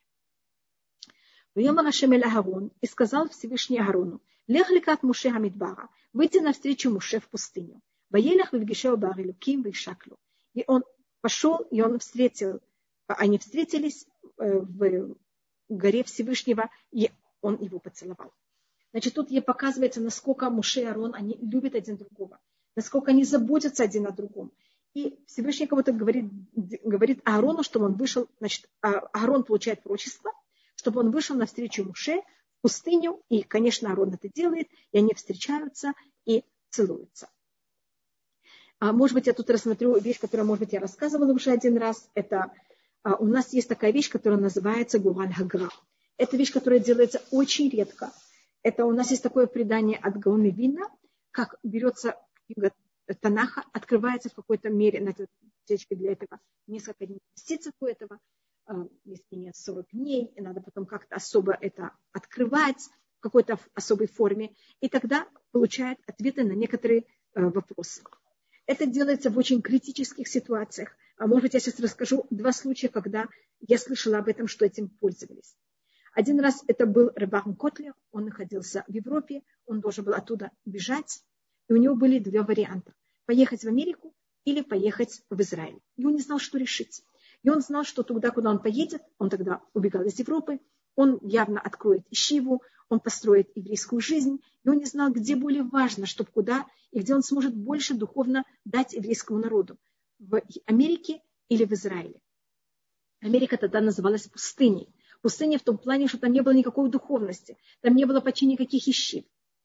И сказал Всевышний Аарону, лех лекат Моше хамидбара, выйди навстречу Моше в пустыню. Ваелах вивгишеу бар элоким вишаклу. И он пошел, и он встретил. Они встретились в горе Всевышнего, и он его поцеловал. Значит, тут ей показывается, насколько Моше и Аарон, они любят один другого, насколько они заботятся один о другом. И Всевышний кого-то говорит Аарону, чтобы он вышел, значит, Аарон получает пророчество, чтобы он вышел навстречу Моше в пустыню, и, конечно, Аарон это делает, и они встречаются и целуются. Может быть, я тут рассмотрю вещь, которую, может быть, я рассказывала уже один раз. Это у нас есть такая вещь, которая называется Гураль Хагра. Это вещь, которая делается очень редко. Это у нас есть такое предание от Гаона Вильна, как берется книга Танаха, открывается в какой-то мере, на этой течке для этого несколько дней месяцев у этого, если нет 40 дней, и надо потом как-то особо это открывать в какой-то особой форме, и тогда получает ответы на некоторые вопросы. Это делается в очень критических ситуациях. Может быть, я сейчас расскажу 2 случая, когда я слышала об этом, что этим пользовались. Один раз это был Рeb Аарон Котлер, он находился в Европе, он должен был оттуда бежать, и у него были 2 варианта. Поехать в Америку или поехать в Израиль. И он не знал, что решить. И он знал, что туда, куда он поедет, он тогда убегал из Европы, он явно откроет ишиву, он построит еврейскую жизнь, и он не знал, где более важно, чтобы куда, и где он сможет больше духовно дать еврейскому народу. В Америке или в Израиле. Америка тогда называлась пустыней. Пустыня в том плане, что там не было никакой духовности, там не было почти никаких ишив.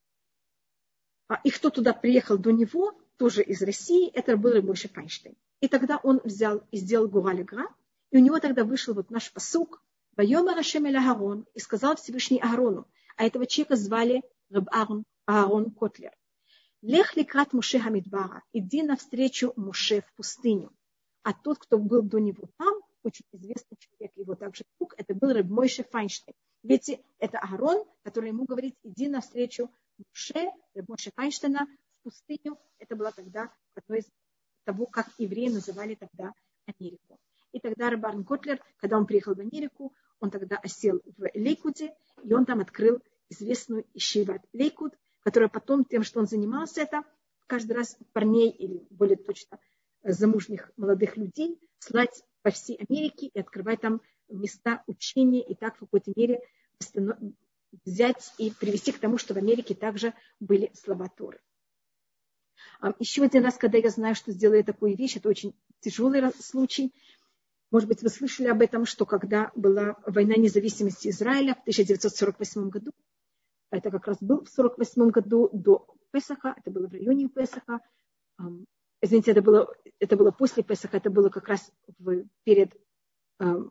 И кто туда приехал до него, тоже из России, это был Моше Файнштейн. И тогда он взял и сделал Гураль Хагра, и у него тогда вышел вот наш пасук, «Вайомар Ашем эль Аарон», и сказал Всевышний Аарону, а этого человека звали Реб Аарон Котлер. «Лех ликрат Моше Хамидбара», иди навстречу Моше в пустыню. А тот, кто был до него там, очень известный человек, его также друг, это был Реб Моше Файнштейн. Видите, это Аарон, который ему говорит, иди навстречу Моше, Реб Моше Файнштейна в пустыню. Это было тогда одно из того, как евреи называли тогда Америку. И тогда Реб Аарон Котлер, когда он приехал в Америку, он тогда осел в Лейкуде, и он там открыл известную ишиват Лейкуд, которая потом тем, что он занимался это, каждый раз парней или более точно замужних молодых людей слать по всей Америке и открывать там места учения и так в какой-то мере взять и привести к тому, что в Америке также были слова Торы. Еще один раз, когда я знаю, что сделаю такую вещь, это очень тяжелый случай. Может быть, вы слышали об этом, что когда была война независимости Израиля в 1948 году, это как раз был в 1948 году до Песаха, это было в районе Песаха. Извините, это было после Песаха, это было как раз перед Дня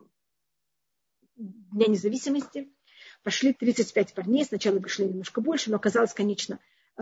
независимости. Пошли 35 парней, сначала пришли немножко больше, но оказалось, конечно,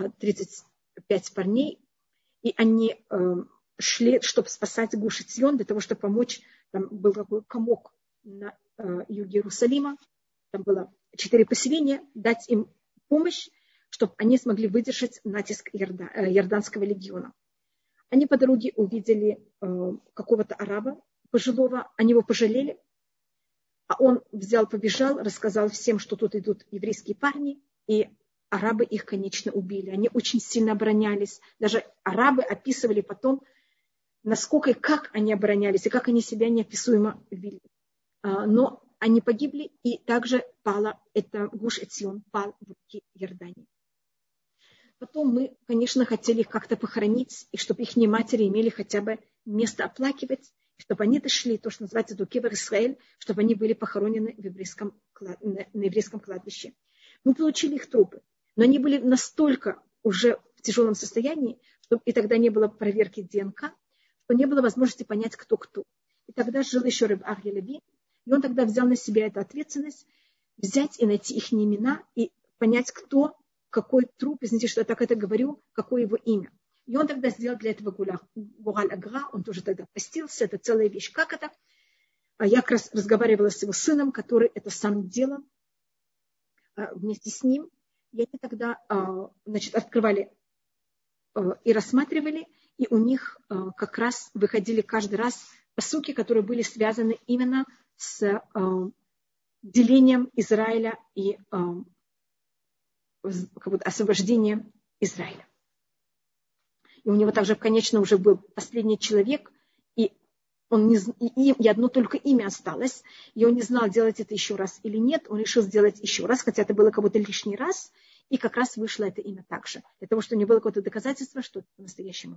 35 парней. И они шли, чтобы спасать Гуш Эцион, для того, чтобы помочь. Там был такой комок на юге Иерусалима. Там было 4 поселения, дать им помощь, чтобы они смогли выдержать натиск Иорданского легиона. Они по дороге увидели какого-то араба пожилого, они его пожалели, а он взял, побежал, рассказал всем, что тут идут еврейские парни, и арабы их, конечно, убили. Они очень сильно оборонялись. Даже арабы описывали потом, насколько и как они оборонялись, и как они себя неописуемо вели. Но они погибли, и также пала, это Гуш Эцион пал в руки Иордании. Потом мы, конечно, хотели их как-то похоронить, и чтобы их матери имели хотя бы место оплакивать, чтобы они дошли, то, что называется до Кевер Исраэль, чтобы они были похоронены на еврейском кладбище. Мы получили их трупы, но они были настолько уже в тяжелом состоянии, что и тогда не было проверки ДНК, что не было возможности понять, кто кто. И тогда жил еще Реб Арье Леви, и он тогда взял на себя эту ответственность, взять и найти их имена, и понять, кто, какой труп, извините, что я так это говорю, какое его имя. И он тогда сделал для этого Гураль Хагра, он тоже тогда постился, это целая вещь. Как это? Я как раз разговаривала с его сыном, который это сам делал вместе с ним. И они тогда, открывали и рассматривали, и у них как раз выходили каждый раз пасуки, которые были связаны именно с делением Израиля и освобождением Израиля. И у него также, конечно, уже был последний человек, и одно только имя осталось, и он не знал, делать это еще раз или нет. Он решил сделать еще раз, хотя это было как будто лишний раз. И как раз вышло это имя также. Для того, чтобы не было какого-то доказательства, что это по-настоящему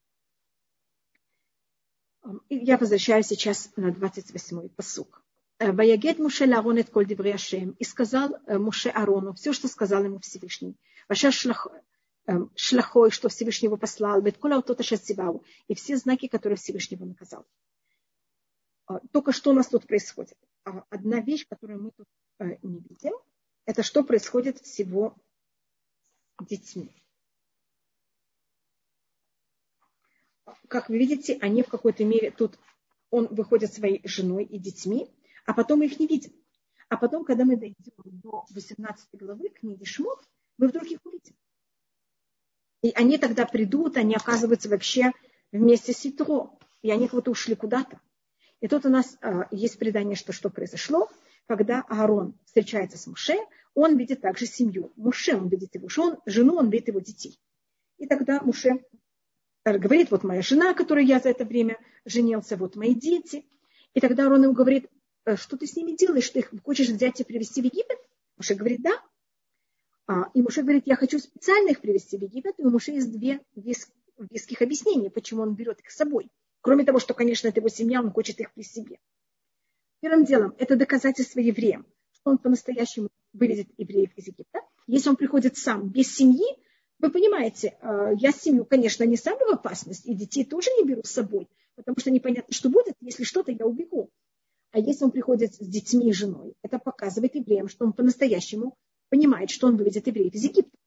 так. И я возвращаюсь сейчас на 28-й пасук. «Ваягед Моше лаарон эт коль диврей Ашем». И сказал Моше Аарону все, что сказал ему Всевышний. «Вашер шлахой», что Всевышний его послал, «вет коль аутот ашер цивау», и все знаки, которые Всевышний его наказал. Только что у нас тут происходит? Одна вещь, которую мы тут не видим, это что происходит с его детьми. Как вы видите, они в какой-то мере тут, он выходит своей женой и детьми, а потом мы их не видим. А потом, когда мы дойдем до 18 главы книги Шмот, мы вдруг их увидим. И они тогда придут, они оказываются вообще вместе с Итро, и они как-то ушли куда-то. И тут у нас есть предание, что произошло, когда Аарон встречается с Моше, он видит также семью. Моше, он видит его жену, он видит его детей. И тогда Моше говорит, вот моя жена, которой я за это время женился, вот мои дети. И тогда Аарон ему говорит, что ты с ними делаешь, ты их хочешь взять и привезти в Египет? Моше говорит, да. И Моше говорит, я хочу специально их привезти в Египет. И у Моше есть две веских объяснения, почему он берет их с собой. Кроме того, что, конечно, это его семья, он хочет их при себе. Первым делом, это доказательство евреям, что он по-настоящему выведет евреев из Египта. Если он приходит сам, без семьи, вы понимаете, я семью, конечно, не ставлю в опасность, и детей тоже не беру с собой, потому что непонятно, что будет, если что-то, я убегу. А если он приходит с детьми и женой, это показывает евреям, что он по-настоящему понимает, что он выведет евреев из Египта.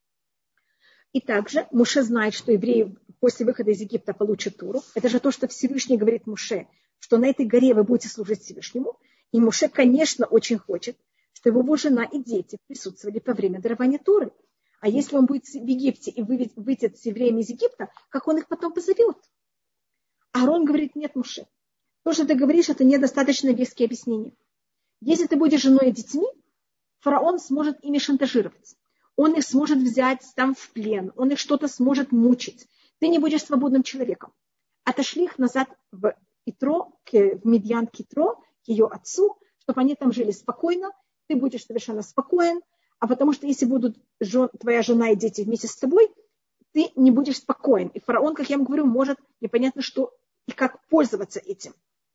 И также Моше знает, что евреи после выхода из Египта получат Тору. Это же то, что Всевышний говорит Моше, что на этой горе вы будете служить Всевышнему. И Моше, конечно, очень хочет, чтобы его жена и дети присутствовали во время дарования Торы. А если он будет в Египте и выйдет с евреями из Египта, как он их потом позовет? Аарон говорит, нет, Моше. То, что ты говоришь, это недостаточно веские объяснения. Если ты будешь женой и детьми, фараон сможет ими шантажировать. Он их сможет взять там в плен, он их что-то сможет мучить. Ты не будешь свободным человеком. Отошли их назад в Итро, в Медьян к Итро, к ее отцу, чтобы они там жили спокойно. Ты будешь совершенно спокоен, а потому что если будут твоя жена и дети вместе с тобой, ты не будешь спокоен. И фараон, как я вам говорю, может непонятно что и как пользоваться этим.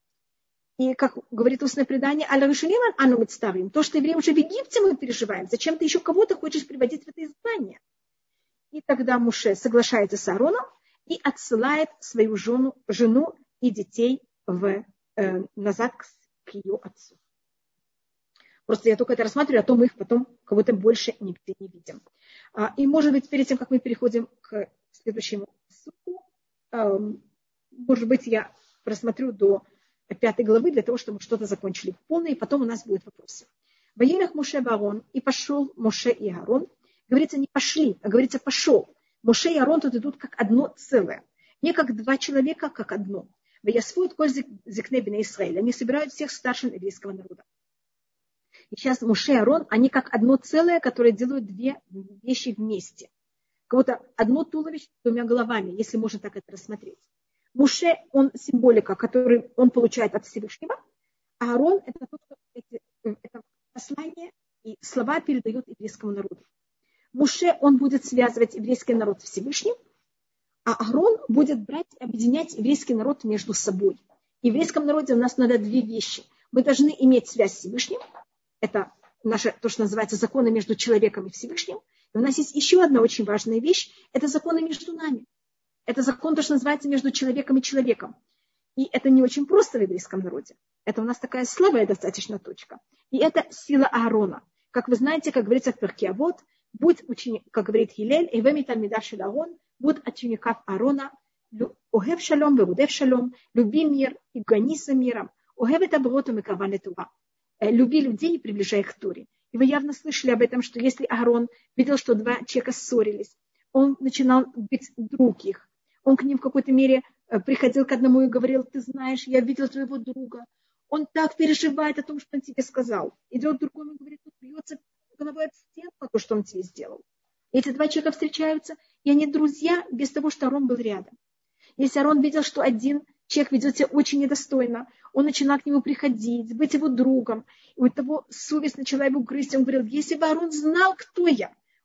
И как говорит устное предание, то, что евреи уже в Египте мы переживаем, зачем ты еще кого-то хочешь приводить в это изгнание? И тогда Моше соглашается с Аароном и отсылает свою жену и детей назад к ее отцу. Просто я только это рассматриваю, а то мы их потом кого-то больше нигде не видим. И, может быть, перед тем, как мы переходим к следующему ссылку, может быть, я просмотрю до 5 главы для того, чтобы мы что-то закончили полно, и потом у нас будут вопросы. «Ваелах Моше Аарон», и пошел Моше и Аарон. Говорится, не пошли, а говорится, пошел. Моше и Аарон тут идут как одно целое. Не как два человека, как одно. «Ваясфуют коль зикней бней Исраэль». Они собирают всех старшин еврейского народа. И сейчас Моше и Аарон, они как одно целое, которое делают две вещи вместе. Как будто одно туловище с двумя головами, если можно так это рассмотреть. Моше, он символика, которую он получает от Всевышнего, а Аарон это то, что это послание и слова передает еврейскому народу. Моше, он будет связывать еврейский народ с Всевышним, а Аарон будет брать и объединять еврейский народ между собой. В еврейском народе у нас надо две вещи. Мы должны иметь связь с Всевышним, это наше, то, что называется законы между человеком и Всевышним. И у нас есть еще одна очень важная вещь, это законы между нами. Это закон, то, что называется между человеком и человеком. И это не очень просто в еврейском народе. Это у нас такая слабая достаточно точка. И это сила Аарона. Как вы знаете, как говорится в Перке Авот, будь ученик, как говорит Хилель, «Эвеми талмидав шел Аарон», будь от учеников Аарона, «Огев шалом, вегудев шалом», люби мир и гонися миром, «Огев это броту микаван этуа», люби людей и приближай их к Торе. И вы явно слышали об этом, что если Аарон видел, что два человека ссорились, он начинал быть друг их. Он к ним в какой-то мере приходил к одному и говорил, ты знаешь, я видел твоего друга. Он так переживает о том, что он тебе сказал. Идет к другому и говорит, он бьется головой об стену по то, что он тебе сделал. Эти два человека встречаются, и они друзья без того, что Аарон был рядом. Если Аарон видел, что один человек ведет себя очень недостойно, он начинал к нему приходить, быть его другом. И у того совесть начала его грызть. Он говорил, если бы Аарон знал, кто я,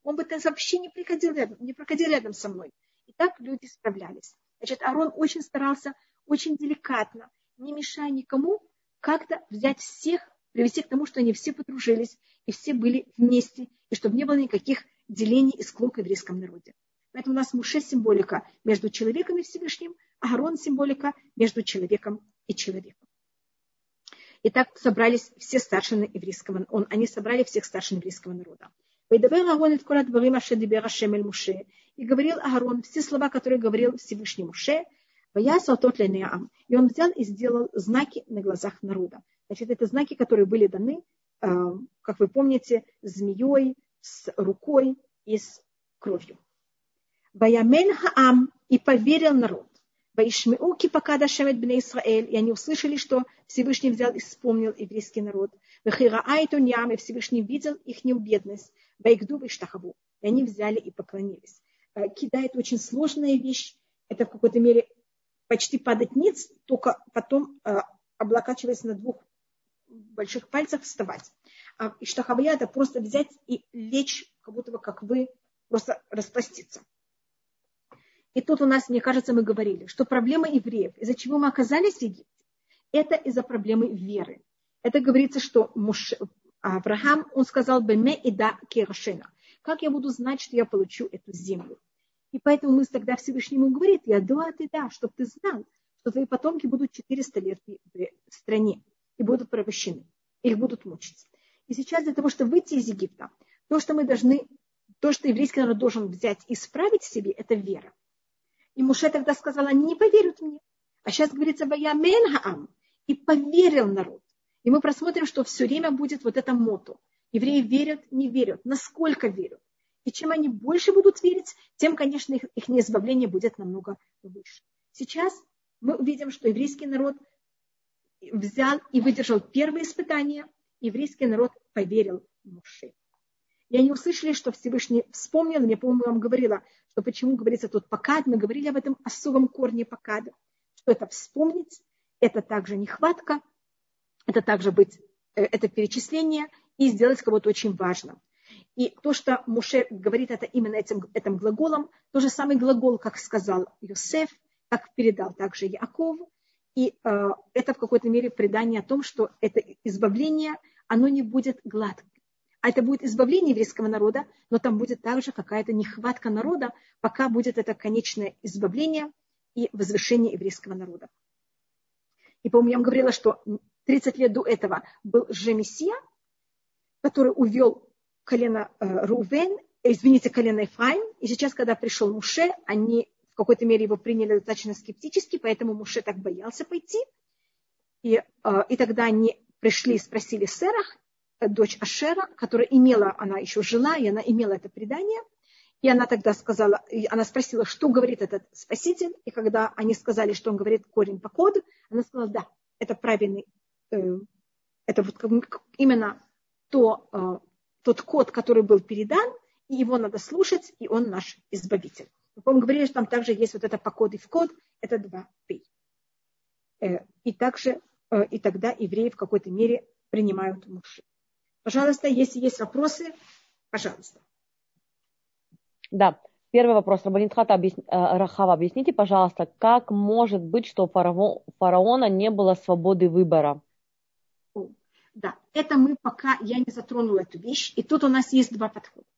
Он бы вообще не проходил рядом со мной. И так люди справлялись. Значит, Аарон очень старался, очень деликатно, не мешая никому, как-то взять всех, привести к тому, что они все подружились, и все были вместе, и чтобы не было никаких делений и склок в еврейском народе. Поэтому у нас Моше символика между человеком и Всевышним, а Аарон символика между человеком и человеком. И так собрались все старшины еврейского народа. Они собрали всех старшин еврейского народа. И говорил Аарон все слова, которые говорил Всевышний Моше, и он взял и сделал знаки на глазах народа. Значит, это знаки, которые были даны, как вы помните, змеей, с рукой и с кровью. Ваямен хаам, и поверил народ. Ваишмеу кипакада шемет бней Исраэль, и они услышали, что Всевышний взял и вспомнил еврейский народ. Вахираайтун ям, и Всевышний видел их бедность. Ваикду виштахаву, и они взяли и поклонились. Кида — это очень сложная вещь, это в какой-то мере почти падать ниц, только потом облокачиваясь на двух больших пальцах вставать. А иштахавия — это просто взять и лечь, как будто бы как вы, просто распластиться. И тут у нас, мне кажется, мы говорили, что проблема евреев, из-за чего мы оказались в Египте, это из-за проблемы веры. Это говорится, что Авраам, он сказал, «Беме и да керашена». Как я буду знать, что я получу эту землю? И поэтому мы тогда Всевышнему говорит, я дуа ты да, чтобы ты знал, что твои потомки будут 400 лет в стране и будут порабощены, их будут мучить. И сейчас для того, чтобы выйти из Египта, то, что еврейский народ должен взять и исправить в себе, это вера. И Моше тогда сказал, они не поверят мне. А сейчас говорится, «Ваямен хаам», и поверил народ. И мы просмотрим, что все время будет вот это мото. Евреи верят, не верят, насколько верят. И чем они больше будут верить, тем, конечно, их избавление будет намного выше. Сейчас мы увидим, что еврейский народ взял и выдержал первые испытания. Еврейский народ поверил Моше. И они услышали, что Всевышний вспомнил, я, по-моему, вам говорила, что почему говорится тут покад, мы говорили об этом особом корне покада, что это вспомнить, это также нехватка, это также это перечисление и сделать кого-то очень важным. И то, что Моше говорит это именно этим глаголом, тот же самый глагол, как сказал Йосеф, как передал также Яаков, и это в какой-то мере предание о том, что это избавление, оно не будет гладким. А это будет избавление еврейского народа, но там будет также какая-то нехватка народа, пока будет это конечное избавление и возвышение еврейского народа. И, по-моему, я вам говорила, что 30 лет до этого был же Мессия, который увел колено колено Ефраим. И сейчас, когда пришел Моше, они в какой-то мере его приняли достаточно скептически, поэтому Моше так боялся пойти. И тогда они пришли и спросили Серах, дочь Ашера, которая она еще жила, и она имела это предание. И она тогда сказала, она спросила, что говорит этот Спаситель. И когда они сказали, что он говорит корень по коду, она сказала, да, это правильный, это вот именно тот код, который был передан, и его надо слушать, и он наш избавитель. Мы, по-моему, говорили, что там также есть вот это по коду и в код, это 2 пи. И тогда евреи в какой-то мере принимают Моше. Пожалуйста, если есть вопросы, пожалуйста. Да, первый вопрос. Рабанит Рахава, объясните, пожалуйста, как может быть, что у фараона не было свободы выбора? Да, это я не затронула эту вещь. И тут у нас есть 2 подхода.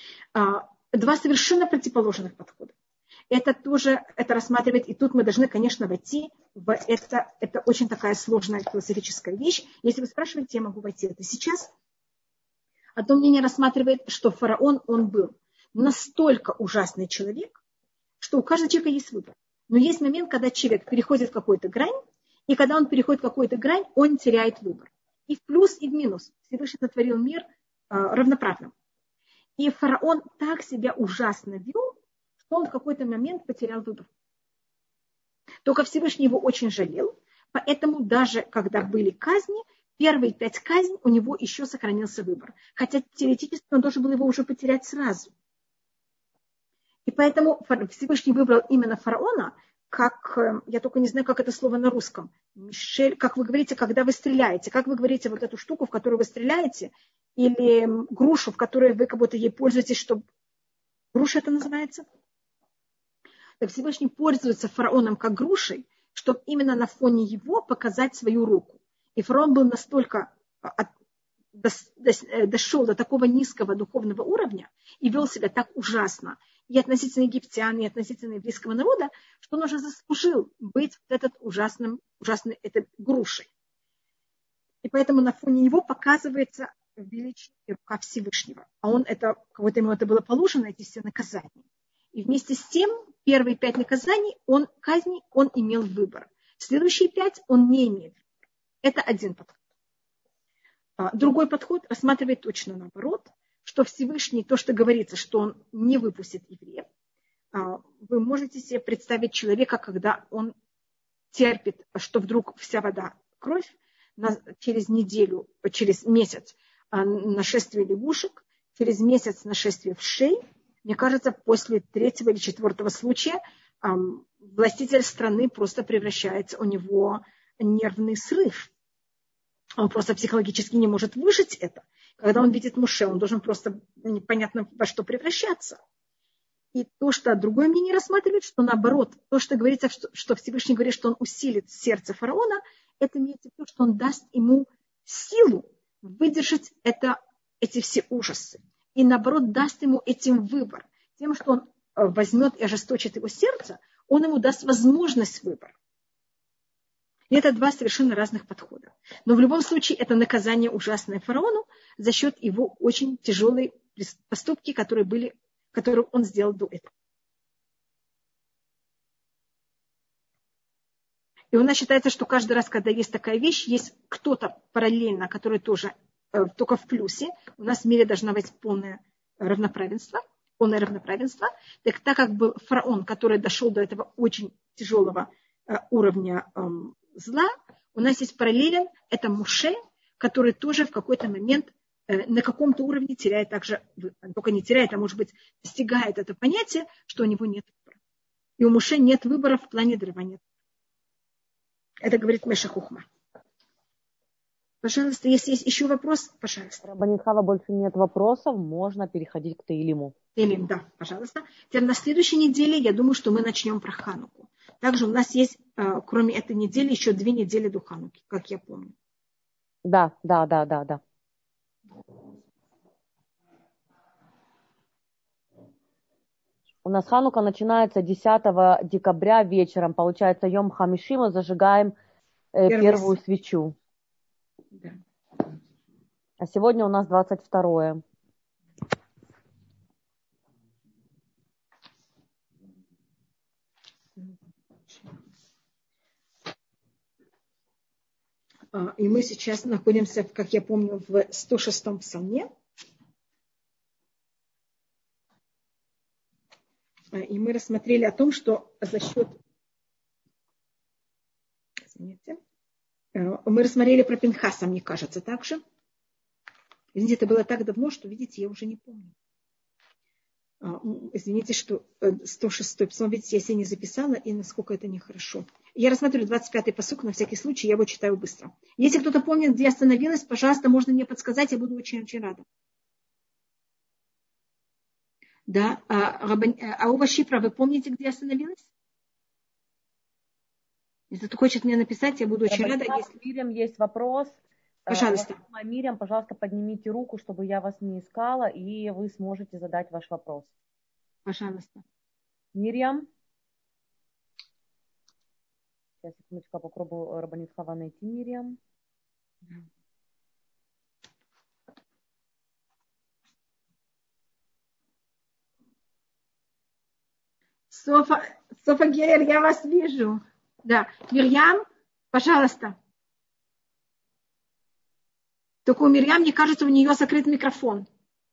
2 совершенно противоположных подхода. Это рассматривает, и тут мы должны, конечно, войти в это. Это очень такая сложная философическая вещь. Если вы спрашиваете, я могу войти в это сейчас. Одно мнение рассматривает, что фараон, он был настолько ужасный человек, что у каждого человека есть выбор. Но есть момент, когда человек переходит в какую-то грань, и когда он переходит в какую-то грань, он теряет выбор. И в плюс, и в минус. Всевышний сотворил мир равноправным. И фараон так себя ужасно вел, что он в какой-то момент потерял выбор. Только Всевышний его очень жалел, поэтому даже когда были казни, первые 5 казней у него еще сохранился выбор. Хотя теоретически он должен был его уже потерять сразу. И поэтому Всевышний выбрал именно фараона, как, я только не знаю, как это слово на русском, Мишель, как вы говорите, когда вы стреляете, как вы говорите вот эту штуку, в которую вы стреляете, или грушу, в которой вы как будто ей пользуетесь, чтобы Груша это называется. Так Всевышний пользуется фараоном как грушей, чтобы именно на фоне его показать свою руку. И фараон был настолько дошел до такого низкого духовного уровня и вел себя так ужасно и относительно египтян, и относительно еврейского народа, что он уже заслужил быть вот этот ужасной этой грушей. И поэтому на фоне него показывается величие и рука Всевышнего. А он это, кого-то ему это было положено, эти все наказания. И вместе с тем, первые 5 наказаний, казней, он имел выбор. Следующие 5 он не имеет. Это один подход. Другой подход рассматривает точно наоборот, что Всевышний, то, что говорится, что он не выпустит евреев. Вы можете себе представить человека, когда он терпит, что вдруг вся вода кровь, через неделю, через месяц нашествие лягушек, через месяц нашествие вшей. Мне кажется, после 3-го или 4-го случая властитель страны просто превращается, у него нервный срыв. Он просто психологически не может выжить это. Когда он видит Моше, он должен просто непонятно во что превращаться. И то, что другое мнение рассматривает, что наоборот, то, что говорится, что Всевышний говорит, что он усилит сердце фараона, это имеется в виду, что он даст ему силу выдержать эти все ужасы. И наоборот, даст ему этим выбор. Тем, что он возьмет и ожесточит его сердце, он ему даст возможность выбора. И это 2 совершенно разных подхода. Но в любом случае это наказание ужасное фараону за счет его очень тяжелой поступки, которые он сделал до этого. И у нас считается, что каждый раз, когда есть такая вещь, есть кто-то параллельно, который тоже только в плюсе. У нас в мире должно быть полное равноправенство. Так как был фараон, который дошел до этого очень тяжелого уровня зла, у нас есть параллелен, это Моше, который тоже в какой-то момент на каком-то уровне теряет также, только не теряет, а может быть достигает это понятие, что у него нет выбора. И у Моше нет выбора в плане дарования. Это говорит Меша Хухма. Пожалуйста, если есть еще вопрос, пожалуйста. Рабанит Хава, больше нет вопросов, можно переходить к Теилиму. Теилим, да, пожалуйста. Теперь на следующей неделе, я думаю, что мы начнем про Хануку. Также у нас есть, кроме этой недели, еще 2 недели до Хануки, как я помню. Да. У нас Ханука начинается 10 декабря вечером. Получается, Йом Хамиши мы зажигаем первую свечу. Да. А сегодня у нас 22-е. И мы сейчас находимся, как я помню, в 106-м псалме. И мы рассмотрели о том, что за счет... Извините. Мы рассмотрели про Пинхаса, мне кажется, также. Извините, это было так давно, что, видите, я уже не помню. Извините, что 106-й псалом, видите, я себе не записала, и насколько это нехорошо. Я рассмотрю 25-й пасук, на всякий случай, я его читаю быстро. Если кто-то помнит, где остановилась, пожалуйста, можно мне подсказать, я буду очень-очень рада. Да, Аува Шифра, вы помните, где остановилась? Если кто хочет мне написать, я буду очень рада. Если Мирьям есть вопрос, пожалуйста. Мирьям, пожалуйста, поднимите руку, чтобы я вас не искала, и вы сможете задать ваш вопрос. Пожалуйста. Мирьям. Сейчас, секундочку, попробую Рабанит Хава найти Мирьям. Софа Гейер, я вас вижу. Да, Мирьям, пожалуйста. Только у Мирьям, мне кажется, у нее закрыт микрофон.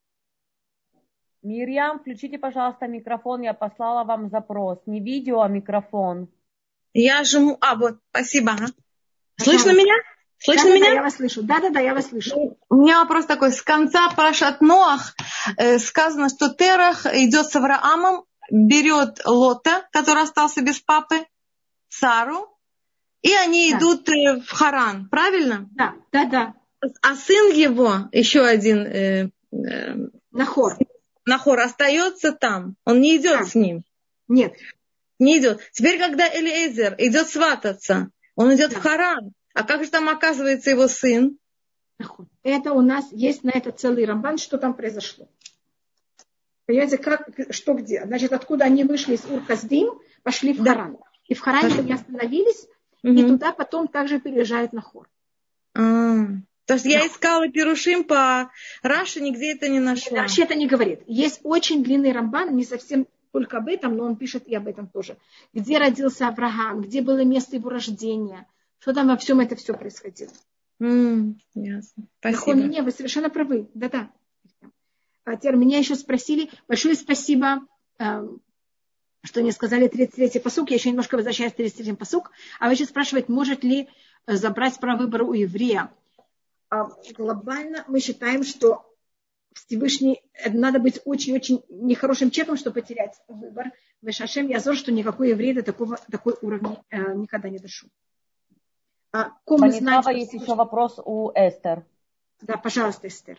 Мирьям, включите, пожалуйста, микрофон. Я послала вам запрос. Не видео, а микрофон. Я жму. Вот, спасибо. Слышно меня? Слышно меня? Да, я вас слышу. Да, я вас слышу. У меня вопрос такой. С конца Парашат Ноах сказано, что Терах идет с Авраамом, берет Лота, который остался без папы, Сару, и они идут в Харан. Правильно? Да. А сын его, еще один... Нахор. Нахор остается там. Он не идет с ним. Нет. Не идет. Теперь, когда Элиэзер идет свататься, он идет в Харан. А как же там оказывается его сын? Это у нас есть на это целый рамбан, что там произошло. Понимаете, как, что где? Значит, откуда они вышли из Ур-Каздим, пошли в Харан. И в Харане они остановились, и туда потом также переезжают на Хор. То есть я искала Пирушим по Раши, нигде это не нашла. Раши это не говорит. Есть очень длинный рамбан, не совсем только об этом, но он пишет и об этом тоже. Где родился Авраам, где было место его рождения, что там во всем это все происходило. Ясно. Спасибо. Не, вы совершенно правы. Да-да. А теперь меня еще спросили. Большое спасибо, что не сказали 33-й пасук. Я еще немножко возвращаюсь к 33-м пасук. А вы сейчас спрашиваете, может ли забрать право выбора у еврея. Глобально мы считаем, что Всевышний, надо быть очень-очень нехорошим человеком, чтобы потерять выбор. Вешашем Язор, что никакой еврей до такой уровня никогда не дошел. Станислава, есть еще вопрос у Эстер. Да, пожалуйста, Эстер.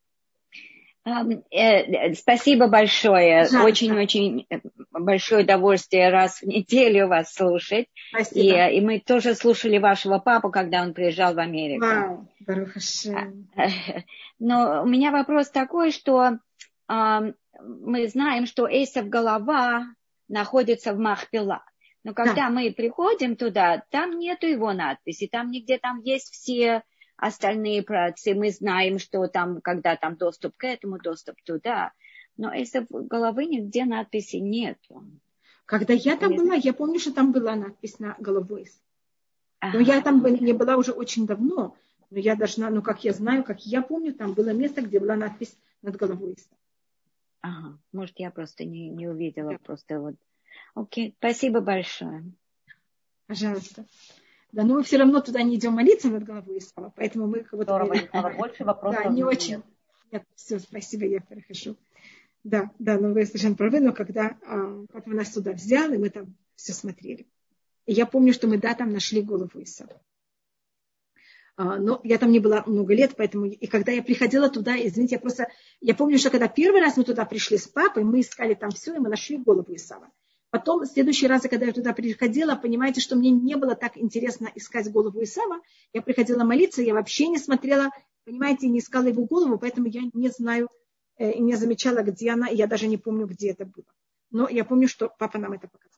Спасибо большое. Очень-очень большое удовольствие раз в неделю вас слушать. И мы тоже слушали вашего папу, когда он приезжал в Америку. Вау, Барух Ашем. Но у меня вопрос такой, что мы знаем, что Эйсов голова находится в Махпела. Но когда мы приходим туда, там нету его надписи, там нигде, там есть все остальные праотцы, мы знаем, что там, когда там доступ к этому, доступ туда. Но Эйсов головы нигде надписи нету. Когда я там была, я помню, что там была надпись на голове. Но я там не была уже очень давно. Но я должна, как я знаю, как я помню, там было место, где была надпись над головой. Ага, может, я просто не увидела, просто вот. Окей, спасибо большое. Пожалуйста. Да, но мы все равно туда не идем молиться над головой Исава, поэтому мы кого-то... Больше вопросов. Да, не очень. Нет, все, спасибо, я перехожу. Да, но вы совершенно правы, но когда папа нас туда взял, и мы там все смотрели. И я помню, что мы, там нашли голову Исава. Но я там не была много лет, поэтому... И когда я приходила туда, извините, я помню, что когда первый раз мы туда пришли с папой, мы искали там все, и мы нашли голову Исава. Потом, в следующий раз, когда я туда приходила, понимаете, что мне не было так интересно искать голову Исава. Я приходила молиться, я вообще не смотрела, понимаете, не искала его голову, поэтому я не знаю и не замечала, где она, и я даже не помню, где это было. Но я помню, что папа нам это показал.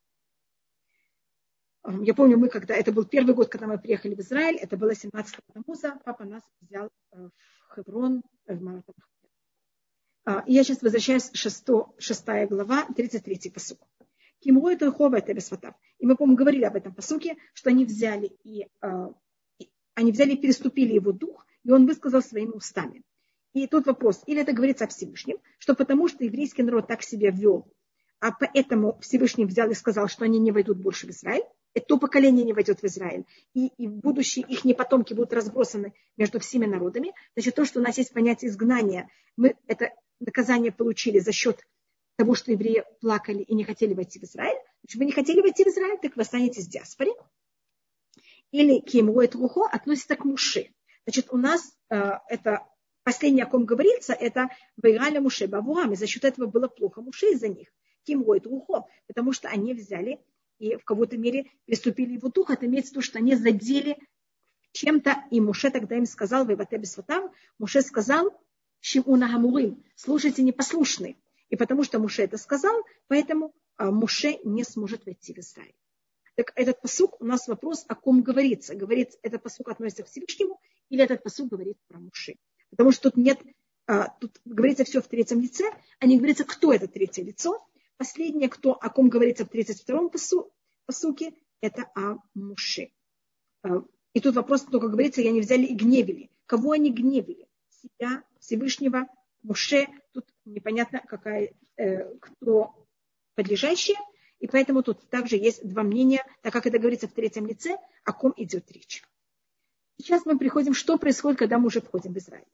Я помню, когда это был первый год, когда мы приехали в Израиль, это было 17 Тамуза, папа нас взял в Хеврон, в Маратон. И я сейчас возвращаюсь, 6 глава, 33 пасук. И мы, по-моему, говорили об этом пасуке, что они взяли и переступили его дух, и он высказал своими устами. И тут вопрос, или это говорится о Всевышнем, что потому что еврейский народ так себя вел, а поэтому Всевышний взял и сказал, что они не войдут больше в Израиль, и то поколение не войдет в Израиль, и в будущее их потомки будут разбросаны между всеми народами. Значит, то, что у нас есть понятие изгнания, мы это наказание получили за счет того, что евреи плакали и не хотели войти в Израиль. Если вы не хотели войти в Израиль, так вы останетесь в диаспоре. Или кемуэт рухо относится к Муше. Значит, у нас это последнее, о ком говорится, это вейраля Муше бавурам. И за счет этого было плохо Муше из-за них. Кемуэт рухо. Потому что они взяли и в какой-то мере приступили его дух. Это имеется в виду, что они задели чем-то. И Муше тогда им сказал, Муше сказал, Шимуна Гамурим, слушайте непослушные. И потому что Муше это сказал, поэтому Муше не сможет войти в Израиль. Так этот пасук, у нас вопрос, о ком говорится. Говорит, этот пасук относится к Всевышнему, или этот пасук говорит про Муше. Потому что тут нет, тут говорится все в третьем лице, а не говорится, кто это третье лицо. Последнее, о ком говорится в 32-м пасуке, это о Муше. И тут вопрос, только говорится, и они взяли и гневили. Кого они гневили? Себя, Всевышнего, Муше, тут непонятно, кто подлежащий, и поэтому тут также есть два мнения, так как это говорится в третьем лице, о ком идет речь. Сейчас мы приходим, что происходит, когда мы уже входим в Израиль.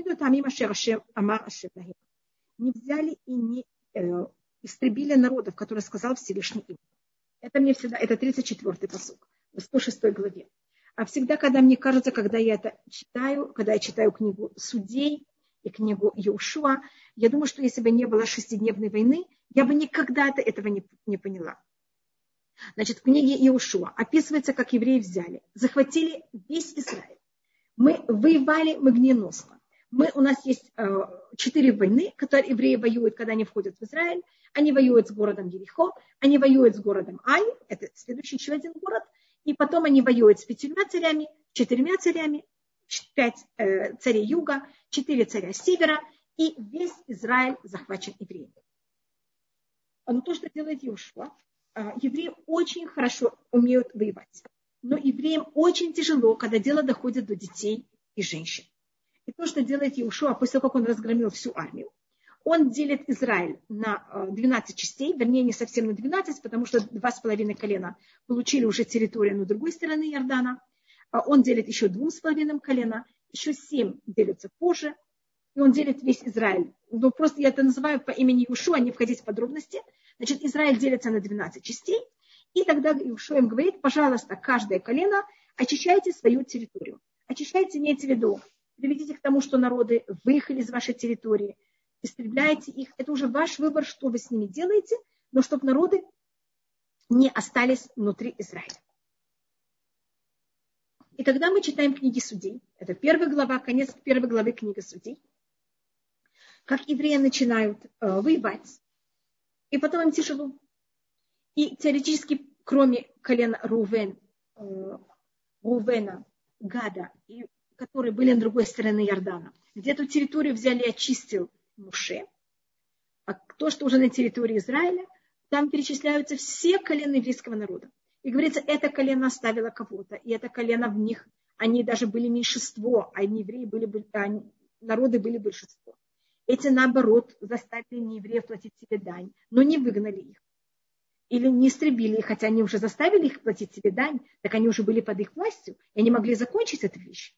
Не взяли и не истребили народов, которые сказал Всевышний им. Это мне всегда, это 34-й пасук, в 106 главе. А всегда, когда мне кажется, когда я это читаю, когда я читаю книгу судей, и книгу Йошуа. Я думаю, что если бы не было 6-дневной войны, я бы никогда этого не поняла. Значит, в книге Йошуа описывается, как евреи взяли, захватили весь Израиль. Мы воевали молниеносно. У нас есть 4 войны, которые евреи воюют, когда они входят в Израиль. Они воюют с городом Ерихо, они воюют с городом Ай, это следующий еще один город. И потом они воюют с 5 царями, 4 царями, 5 царей юга, 4 царя севера. И весь Израиль захвачен евреями. Но то, что делает Йошуа, евреи очень хорошо умеют воевать. Но евреям очень тяжело, когда дело доходит до детей и женщин. И то, что делает Йошуа, после того, как он разгромил всю армию, он делит Израиль на 12 частей, вернее, не совсем на 12, потому что 2,5 колена получили уже территорию на другой стороне Иордана. Он делит еще 2,5 колена, еще 7 делятся позже. И он делит весь Израиль. Но просто я это называю по имени Йошуа, не входить в подробности. Значит, Израиль делится на 12 частей. И тогда Йошуа им говорит, пожалуйста, каждое колено очищайте свою территорию. Очищайте, имейте в виду, приведите к тому, что народы выехали из вашей территории, истребляете их. Это уже ваш выбор, что вы с ними делаете, но чтобы народы не остались внутри Израиля. И тогда мы читаем книги Судей. Это 1 глава, конец 1 главы книги Судей. Как евреи начинают воевать, и потом им тяжело. И теоретически, кроме колена Рувена, Гада, которые были на другой стороне Иордана, где эту территорию взяли и очистил Моше, а то, что уже на территории Израиля, там перечисляются все колена еврейского народа. И говорится, это колено оставило кого-то, и это колено в них, они даже были меньшинство, а евреи народы были большинство. Эти, наоборот, заставили неевреев платить себе дань, но не выгнали их. Или не истребили их, хотя они уже заставили их платить себе дань, так они уже были под их властью, и они могли закончить эту вещь.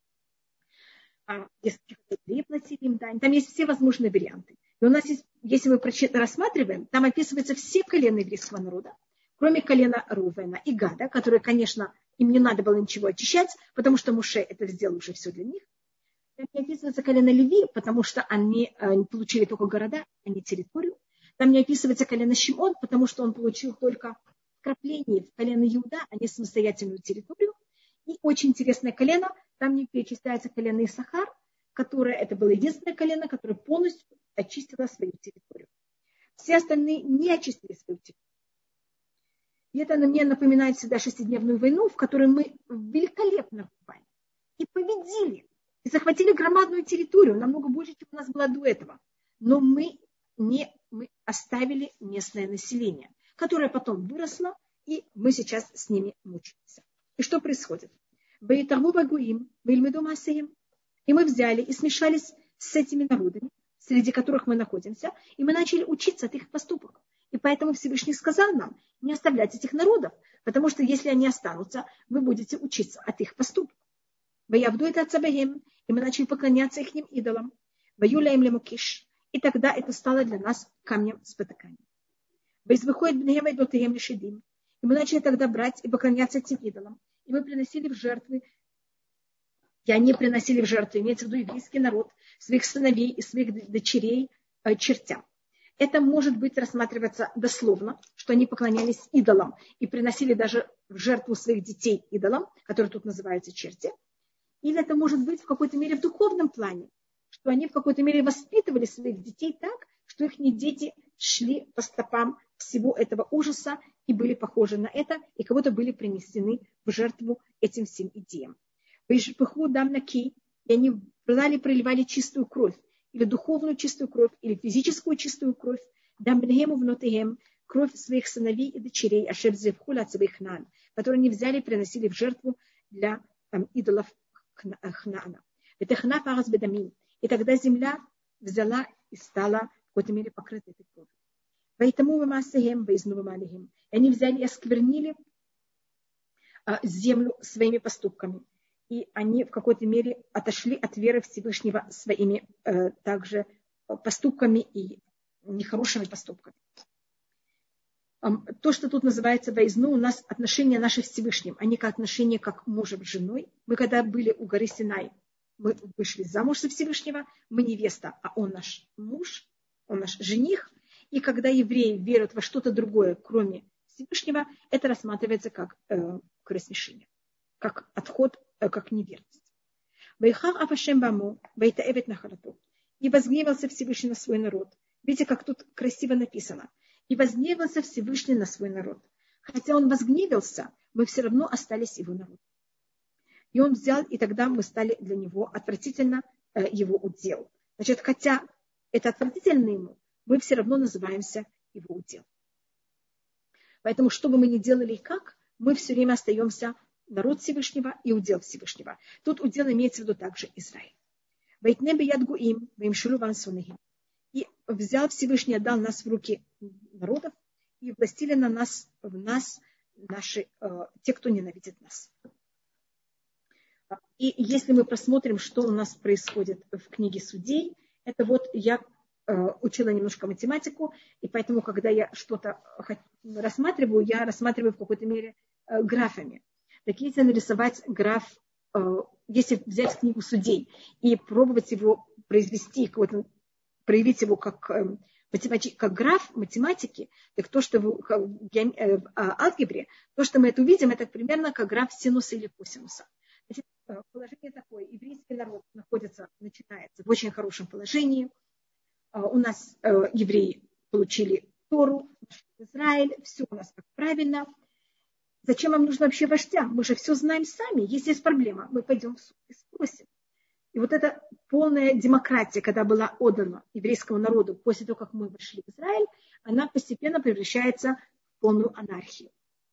Если евреи платили им дань, там есть все возможные варианты. И у нас есть, если мы рассматриваем, там описываются все колена еврейского народа, кроме колена Рувена и Гада, которые, конечно, им не надо было ничего очищать, потому что Моше это сделал уже все для них. Там не описывается колено Леви, потому что они получили только города, а не территорию. Там не описывается колено Шимон, потому что он получил только вкрапление в колено Иуда, а не самостоятельную территорию. И очень интересное колено, там не перечисляется колено Исахар, которое это было единственное колено, которое полностью очистило свою территорию. Все остальные не очистили свою территорию. И это мне напоминает всегда 6-дневную войну, в которой мы великолепно воевали и победили. И захватили громадную территорию, намного больше, чем у нас было до этого. Но мы оставили местное население, которое потом выросло, и мы сейчас с ними мучаемся. И что происходит? И мы взяли и смешались с этими народами, среди которых мы находимся, и мы начали учиться от их поступков. И поэтому Всевышний сказал нам не оставлять этих народов, потому что если они останутся, вы будете учиться от их поступков. И мы начали поклоняться их идолам. И тогда это стало для нас камнем спотыкания. И мы начали тогда брать и поклоняться этим идолам. И мы приносили в жертвы, и они приносили в жертву, имеется в виду еврейский народ, своих сыновей и своих дочерей чертям. Это может быть рассматриваться дословно, что они поклонялись идолам и приносили даже в жертву своих детей идолам, которые тут называются черти. Или это может быть в какой-то мере в духовном плане, что они в какой-то мере воспитывали своих детей так, что их дети шли по стопам всего этого ужаса и были похожи на это, и как будто были принесены в жертву этим всем идеям. И они проливали чистую кровь, или духовную чистую кровь, или физическую чистую кровь, кровь своих сыновей и дочерей, которые они взяли и приносили в жертву для идолов Хнаана. И тогда земля взяла и стала в какой-то мере покрытой этой кровью. И они взяли и осквернили землю своими поступками. И они в какой-то мере отошли от веры Всевышнего своими также поступками и нехорошими поступками. То, что тут называется войзну, у нас отношения наши с Всевышним, они как отношения как мужа с женой. Мы когда были у горы Синай, Мы вышли замуж за Всевышнего, мы невеста, а он наш муж, он наш жених. И когда евреи верят во что-то другое, кроме Всевышнего, это рассматривается как кровосмешение, как отход, как неверность. И возгневался Всевышний на свой народ. Видите, как тут красиво написано. И возгневался Всевышний на свой народ. Хотя он возгневался, мы все равно остались его народом. И он взял, и тогда мы стали для него отвратительно его удел. Значит, хотя это отвратительно ему, мы все равно называемся его удел. Поэтому, что бы мы ни делали и как, мы все время остаемся народ Всевышнего и удел Всевышнего. Тут удел имеется в виду также Израиль. И взял Всевышний, отдал нас в руки народов, и властили в нас наши, те, кто ненавидит нас. И если мы просмотрим, что у нас происходит в книге Судей, это вот я учила немножко математику, и поэтому, когда я что-то рассматриваю, я рассматриваю в какой-то мере графами. Так если нарисовать граф, если взять книгу Судей и пробовать его произвести, проявить его как граф математики, так то, что в алгебре, то, что мы это увидим, это примерно как граф синуса или косинуса. Значит, положение такое. Еврейский народ начинается в очень хорошем положении. У нас евреи получили Тору, Израиль, все у нас как правильно. Зачем вам нужно вообще вождя? Мы же все знаем сами. Если есть проблема, мы пойдем в суд и спросим. И вот эта полная демократия, когда была отдана еврейскому народу после того, как мы вошли в Израиль, она постепенно превращается в полную анархию.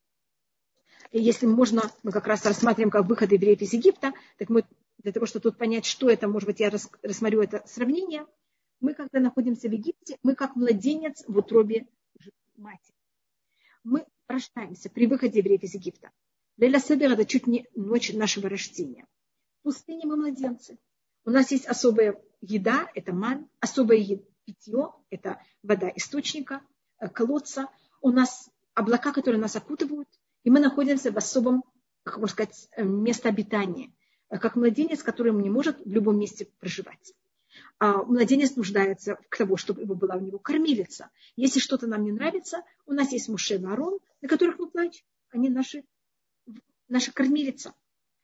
И если можно, мы как раз рассматриваем как выход евреев из Египта, так мы для того, чтобы тут понять, что это, может быть, я рассмотрю это сравнение, мы, когда находимся в Египте, мы как младенец в утробе матери. Мы рождаемся при выходе евреев из Египта. Лейля Седер – это чуть не ночь нашего рождения. В пустыне мы младенцы. У нас есть особая еда, это ман, особое питье, это вода источника, колодца. У нас облака, которые нас окутывают, и мы находимся в особом, как можно сказать, месте обитания, как младенец, который не может в любом месте проживать. А младенец нуждается в том, чтобы была у него кормилица. Если что-то нам не нравится, у нас есть Моше и Аарон, на которых мы плачем. Они наша кормилица.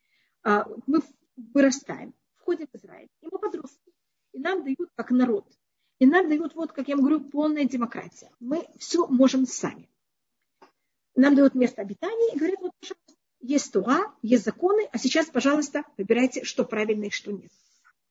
Мы вырастаем, входим в Израиль, и мы подростки. И нам дают как народ. И нам дают, вот, как я вам говорю, полная демократия. Мы все можем сами. Нам дают место обитания и говорят, вот, пожалуйста, есть Тора, есть законы, а сейчас, пожалуйста, выбирайте, что правильно и что нет.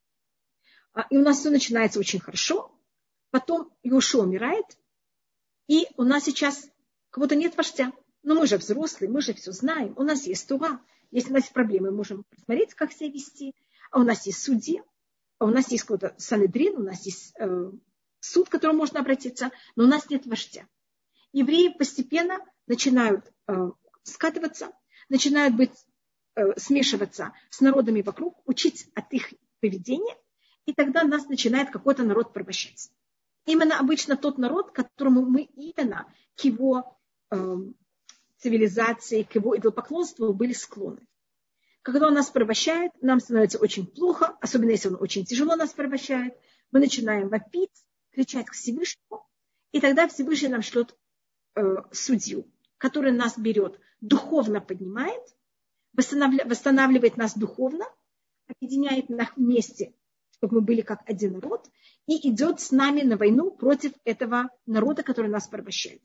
И у нас все начинается очень хорошо. Потом Иошуа умирает, и у нас сейчас как будто нет вождя. Но мы же взрослые, мы же все знаем. У нас есть Тора. Если у нас есть проблемы, мы можем посмотреть, как себя вести. А у нас есть судьи, а у нас есть какой-то Санедрин, у нас есть суд, к которому можно обратиться, но у нас нет вождя. Евреи постепенно начинают скатываться, начинают смешиваться с народами вокруг, учить от их поведения, и тогда нас начинает какой-то народ порабощать. Именно обычно тот народ, которому мы именно к его цивилизации, к его идолопоклонству были склонны. Когда он нас порабощает, нам становится очень плохо, особенно если он очень тяжело нас порабощает. Мы начинаем вопить, кричать к Всевышнему, и тогда Всевышний нам шлет судью, который нас берет, духовно поднимает, восстанавливает нас духовно, объединяет нас вместе, чтобы мы были как один народ, и идет с нами на войну против этого народа, который нас порабощает.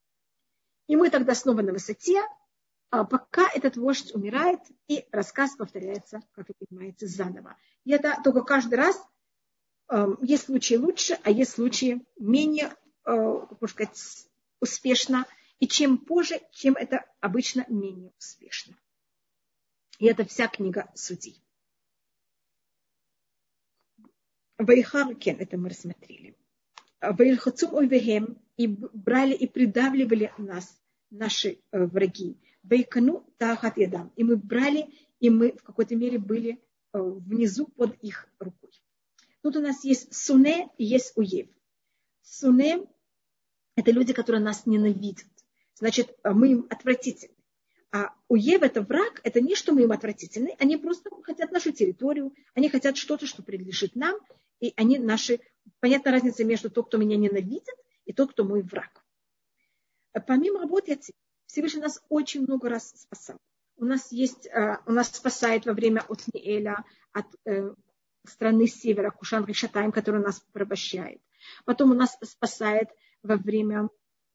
И мы тогда снова на высоте, пока этот вождь умирает, и рассказ повторяется, как вы понимаете, заново. И это только каждый раз есть случаи лучше, а есть случаи менее, можно сказать, успешно. И чем позже, тем это обычно менее успешно. И это вся книга Судей. Ваихаркен, это мы рассмотрели. Ваильхацум ойвехем, и брали и придавливали нас, наши враги. Ваикану тахат ядам. И мы брали, и мы в какой-то мере были внизу под их рукой. Тут у нас есть суне и есть уев. Суне – это люди, которые нас ненавидят. Значит, мы им отвратительны. А уев это враг, это не что мы им отвратительны, они просто хотят нашу территорию, они хотят что-то, что принадлежит нам, и они наши... Понятна разница между тем, кто меня ненавидит, и тот, кто мой враг. Помимо работы, Всевышний нас очень много раз спасал. У нас спасает во время Отниэля от страны севера, Кушан Ришатаим, который нас порабощает. Потом у нас спасает во время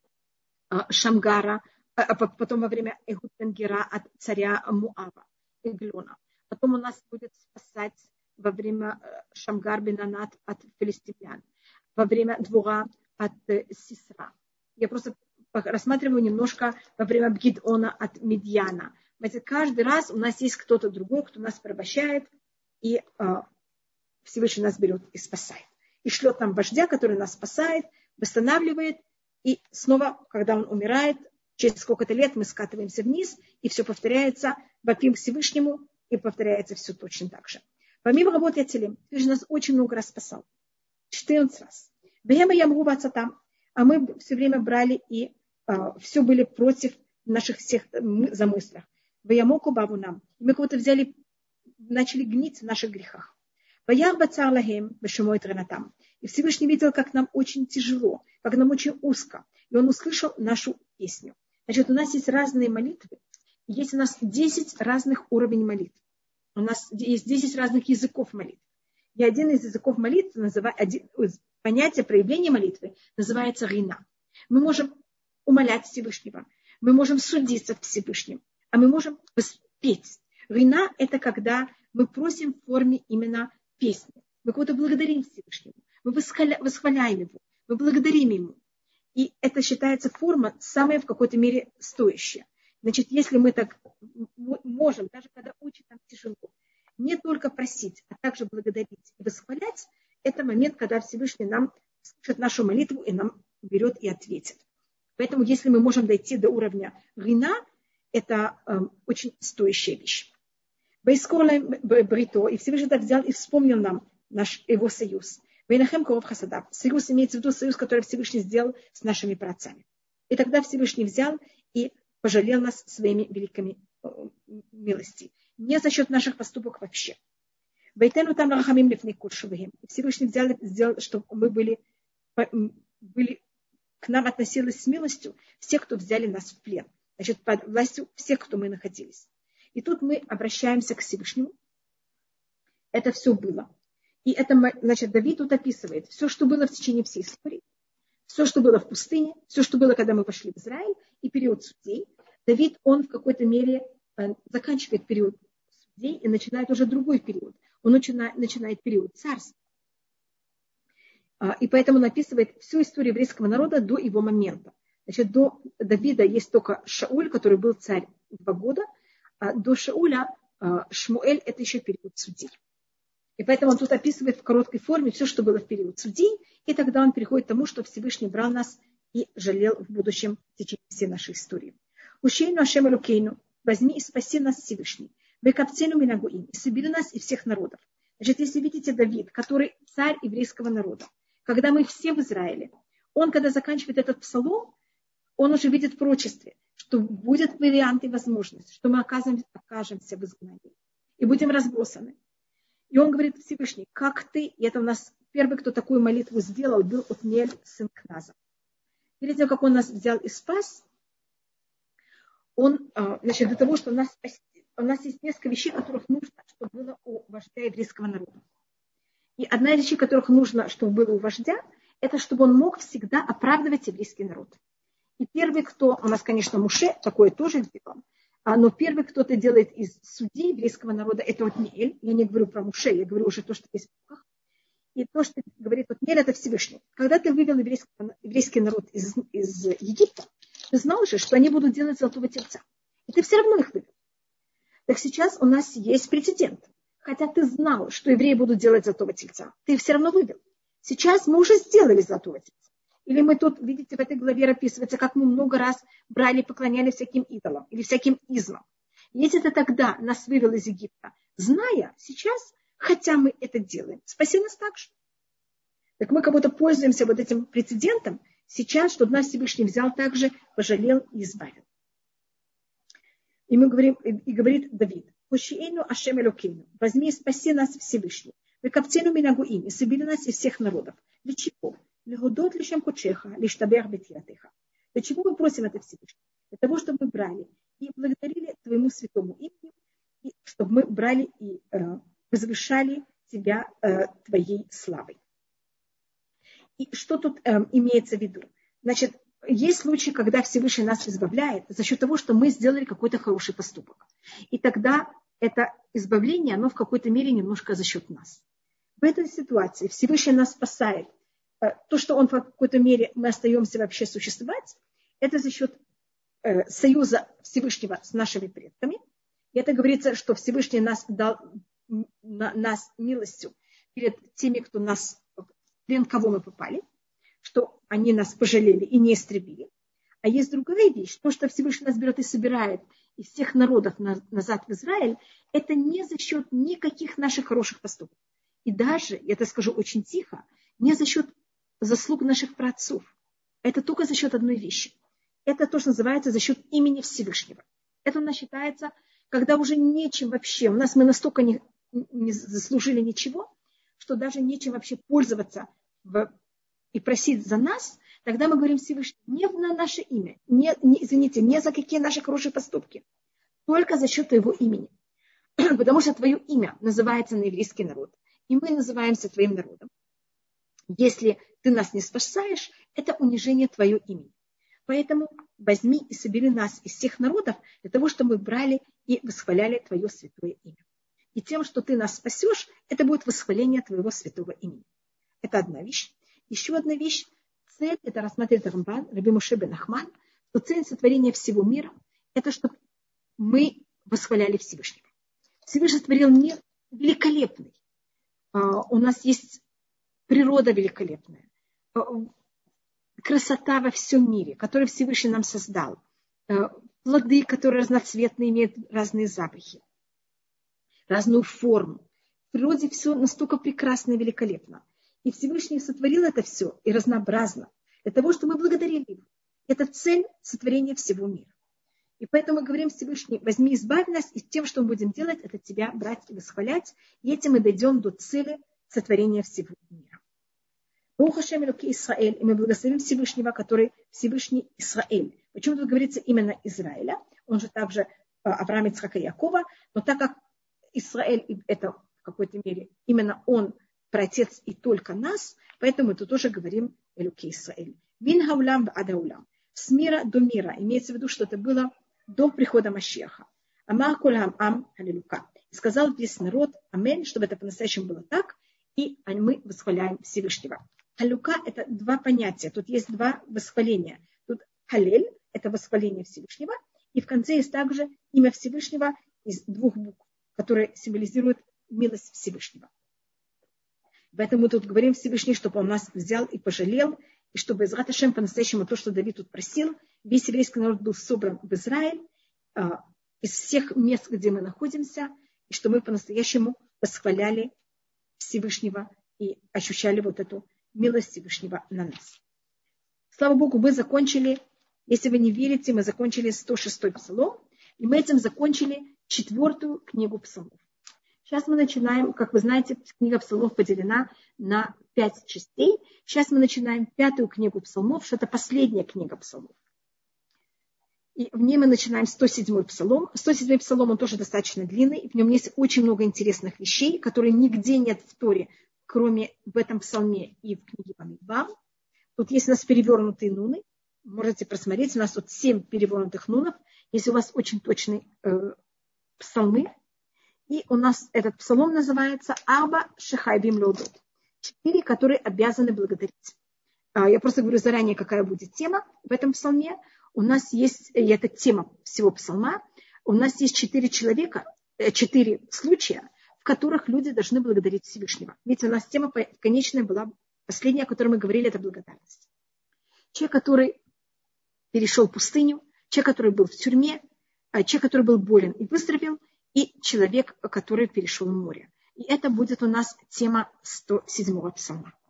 Шамгара, потом во время Эхуд бен-Гера от царя Муава, Эглона. Потом у нас будет спасать во время Шамгар бен Анат от филистимлян, во время Двура от Сисра. Я просто рассматриваю немножко во время Бгидона от Медьяна. Каждый раз у нас есть кто-то другой, кто нас порабощает, и Всевышний нас берет и спасает. И шлет нам вождя, который нас спасает, восстанавливает, и снова, когда он умирает, через сколько-то лет мы скатываемся вниз, и все повторяется, вопим Всевышнему, и повторяется все точно так же. Помимо работы Ацилим, Всевышний нас очень много раз спасал. 14 раз. Бехема я могу баться там. А мы все время брали и все были против наших всех замыслов. Ваямоку бабу нам. Мы кого-то взяли, начали гнить в наших грехах. Ваях бацар лагем бешумой тренатам. И Всевышний видел, как нам очень тяжело, как нам очень узко. И он услышал нашу песню. Значит, у нас есть разные молитвы. Есть у нас 10 разных уровней молитв. У нас есть 10 разных языков молитв. И один из языков молитвы, понятие проявления молитвы, называется рина. Мы можем умолять Всевышнего, мы можем судиться к Всевышнему, а мы можем петь. Рина – это когда мы просим в форме именно песни. Мы кого-то благодарим Всевышнему, мы восхваляем его, мы благодарим ему. И это считается форма самая в какой-то мере стоящая. Значит, если мы так можем, даже когда очень нам тяжело, не только просить, а также благодарить и восхвалять, это момент, когда Всевышний нам слышит нашу молитву и нам берет и ответит. Поэтому, если мы можем дойти до уровня рина, это очень стоящая вещь. Байскола Брито, и Всевышний так взял и вспомнил нам его союз. Вейнахем коров хасадав. Союз имеется в виду союз, который Всевышний сделал с нашими праотцами. И тогда Всевышний взял и пожалел нас своими великими милостями. Не за счет наших поступок вообще. Байтену там рахамим лифней куршувахим. Всевышний сделал, чтобы мы были, к нам относилось с милостью все, кто взяли нас в плен. Значит, под властью всех, кто мы находились. И тут мы обращаемся к Всевышнему. Это все было. И это, значит, Давид тут описывает все, что было в течение всей истории, все, что было в пустыне, все, что было, когда мы пошли в Израиль, и период судей. Давид, он в какой-то мере заканчивает период судей и начинает уже другой период. Он начинает период царства. И поэтому он описывает всю историю еврейского народа до его момента. Значит, до Давида есть только Шауль, который был царь 2 года, а до Шауля Шмуэль – это еще период судей. И поэтому он тут описывает в короткой форме все, что было в период судей, и тогда он переходит к тому, что Всевышний брал нас и жалел в будущем в течение всей нашей истории. Ущейну Ашем Элокейну, возьми и спаси нас Всевышний, векапцену минагуим, и собери нас из всех народов. Значит, если видите Давид, который царь еврейского народа, когда мы все в Израиле, он, когда заканчивает этот псалом, он уже видит в пророчестве, что будет вариант и возможность, что мы окажемся в изгнании и будем разбросаны. И он говорит: Всевышний, как ты, и это у нас первый, кто такую молитву сделал, был Отниэль, сын Кназа. Перед тем, как он нас взял и спас, он, значит, для того, чтобы нас спасти, у нас есть несколько вещей, которых нужно, чтобы было у вождя еврейского народа. И одна из вещей, которых нужно, чтобы было у вождя, это чтобы он мог всегда оправдывать еврейский народ. И первый, кто, у нас, конечно, Муше, такое тоже делал, но первый, кто это делает из судей еврейского народа, это Отниэль. Я не говорю про Муше, я говорю уже то, что есть в руках. И то, что говорит Отниэль, это Всевышний. Когда ты вывел еврейский народ из Египта, ты знал же, что они будут делать золотого тельца. И ты все равно их вывел. Так сейчас у нас есть прецедент. Хотя ты знал, что евреи будут делать золотого тельца, ты их все равно вывел. Сейчас мы уже сделали золотого тельца. Или мы тут, видите, в этой главе описывается, как мы много раз брали и поклоняли всяким идолам или всяким измам. Если ты тогда нас вывел из Египта, зная сейчас, хотя мы это делаем, спаси нас так же. Так мы как будто пользуемся вот этим прецедентом сейчас, чтобы нас Всевышний взял также, пожалел и избавил. И мы говорим, и говорит Давид, «Хошиэйну Ашем Элокейну, возьми и спаси нас Всевышний, векапцену минагуим, и собери нас из всех народов». Для чего? Легудот лишем кучеха, лишь табер бетиатыха. Для чего мы просим это Всевышний? Для того, чтобы мы брали и благодарили Твоему святому имени, и чтобы мы брали и возвышали Тебя Твоей славой. И что тут имеется в виду? Значит, есть случаи, когда Всевышний нас избавляет за счет того, что мы сделали какой-то хороший поступок. И тогда это избавление, оно в какой-то мере немножко за счет нас. В этой ситуации Всевышний нас спасает. То, что он в какой-то мере мы остаемся вообще существовать, это за счет союза Всевышнего с нашими предками. И это говорится, что Всевышний нас дал нас милостью перед теми, кто нас, в плен кого мы попали, что они нас пожалели и не истребили. А есть другая вещь, то, что Всевышний нас берет и собирает из всех народов назад в Израиль, это не за счет никаких наших хороших поступков. И даже, я это скажу очень тихо, не за счет заслуг наших праотцов. Это только за счет одной вещи. Это то, что называется за счет имени Всевышнего. Это у нас считается, когда уже нечем вообще, мы настолько не заслужили ничего, что даже нечем вообще пользоваться и просить за нас, тогда мы говорим Всевышний не на наше имя, не за какие наши хорошие поступки, только за счет Твоего имени. Потому что Твое имя называется на еврейский народ, и мы называемся Твоим народом. Если Ты нас не спасаешь, это унижение Твое имени. Поэтому возьми и собери нас из всех народов для того, чтобы мы брали и восхваляли Твое святое имя. И тем, что Ты нас спасешь, это будет восхваление Твоего святого имени. Это одна вещь. Еще одна вещь. Цель, это рассматривает Рамбан, Раби Моше бен Нахман, что цель сотворения всего мира, это чтобы мы восхваляли Всевышнего. Всевышний сотворил мир великолепный. У нас есть природа великолепная. Красота во всем мире, которую Всевышний нам создал. Плоды, которые разноцветные, имеют разные запахи, разную форму. В природе все настолько прекрасно и великолепно. И Всевышний сотворил это все и разнообразно, для того, чтобы мы благодарили Его. Это цель сотворения всего мира. И поэтому мы говорим Всевышний, возьми, избавь нас, и тем, что мы будем делать, это Тебя брать и восхвалять. И этим мы дойдем до цели сотворения всего мира. Бог Хашем Элокей Исраэль, и мы благословим Всевышнего, который Всевышний Исраэль. Почему тут говорится именно Израиля? Он же также Авраам, Ицхак и Якова, но так как Израиль это в какой-то мере именно он праотец и только нас, поэтому мы тут тоже говорим Элокей Исраэль. Мин хаулам вадаулам. С мира до мира. Имеется в виду, что это было до прихода Машиаха. Амар колам ам аллилуйя. И сказал весь народ аминь, чтобы это по-настоящему было так, и мы восхваляем Всевышнего. Халюка – это два понятия. Тут есть два восхваления. Тут халель – это восхваление Всевышнего, и в конце есть также имя Всевышнего из двух букв, которые символизируют милость Всевышнего. Поэтому мы тут говорим Всевышний, чтобы он нас взял и пожалел, и чтобы из Раташем по-настоящему то, что Давид тут просил, весь еврейский народ был собран в Израиль, из всех мест, где мы находимся, и что мы по-настоящему восхваляли Всевышнего и ощущали вот эту милость Всевышнего на нас. Слава Богу, мы закончили, если вы не верите, мы закончили 106-й псалом, и мы этим закончили 4-ю книгу псалмов. Сейчас мы начинаем, как вы знаете, книга псалмов поделена на 5 частей. Сейчас мы начинаем 5-ю книгу псалмов, что это последняя книга псалмов. И в ней мы начинаем 107-й псалом. 107-й псалом, он тоже достаточно длинный, и в нем есть очень много интересных вещей, которые нигде нет в Торе, кроме в этом псалме и в книге Бамидбар. Тут есть у нас перевернутые нуны. Можете просмотреть, у нас тут 7 перевернутых нунов. Если у вас очень точные псалмы. И у нас этот псалом называется «Арба шехайбим леодот». 4, которые обязаны благодарить. Я просто говорю заранее, какая будет тема в этом псалме. У нас есть, и это тема всего псалма, у нас есть 4 случая, в которых люди должны благодарить Всевышнего. Ведь у нас тема конечная была, последняя, о которой мы говорили, это благодарность. Человек, который перешел пустыню, человек, который был в тюрьме, человек, который был болен и выздоровел, и человек, который перешел в море. И это будет у нас тема 107-го псалма.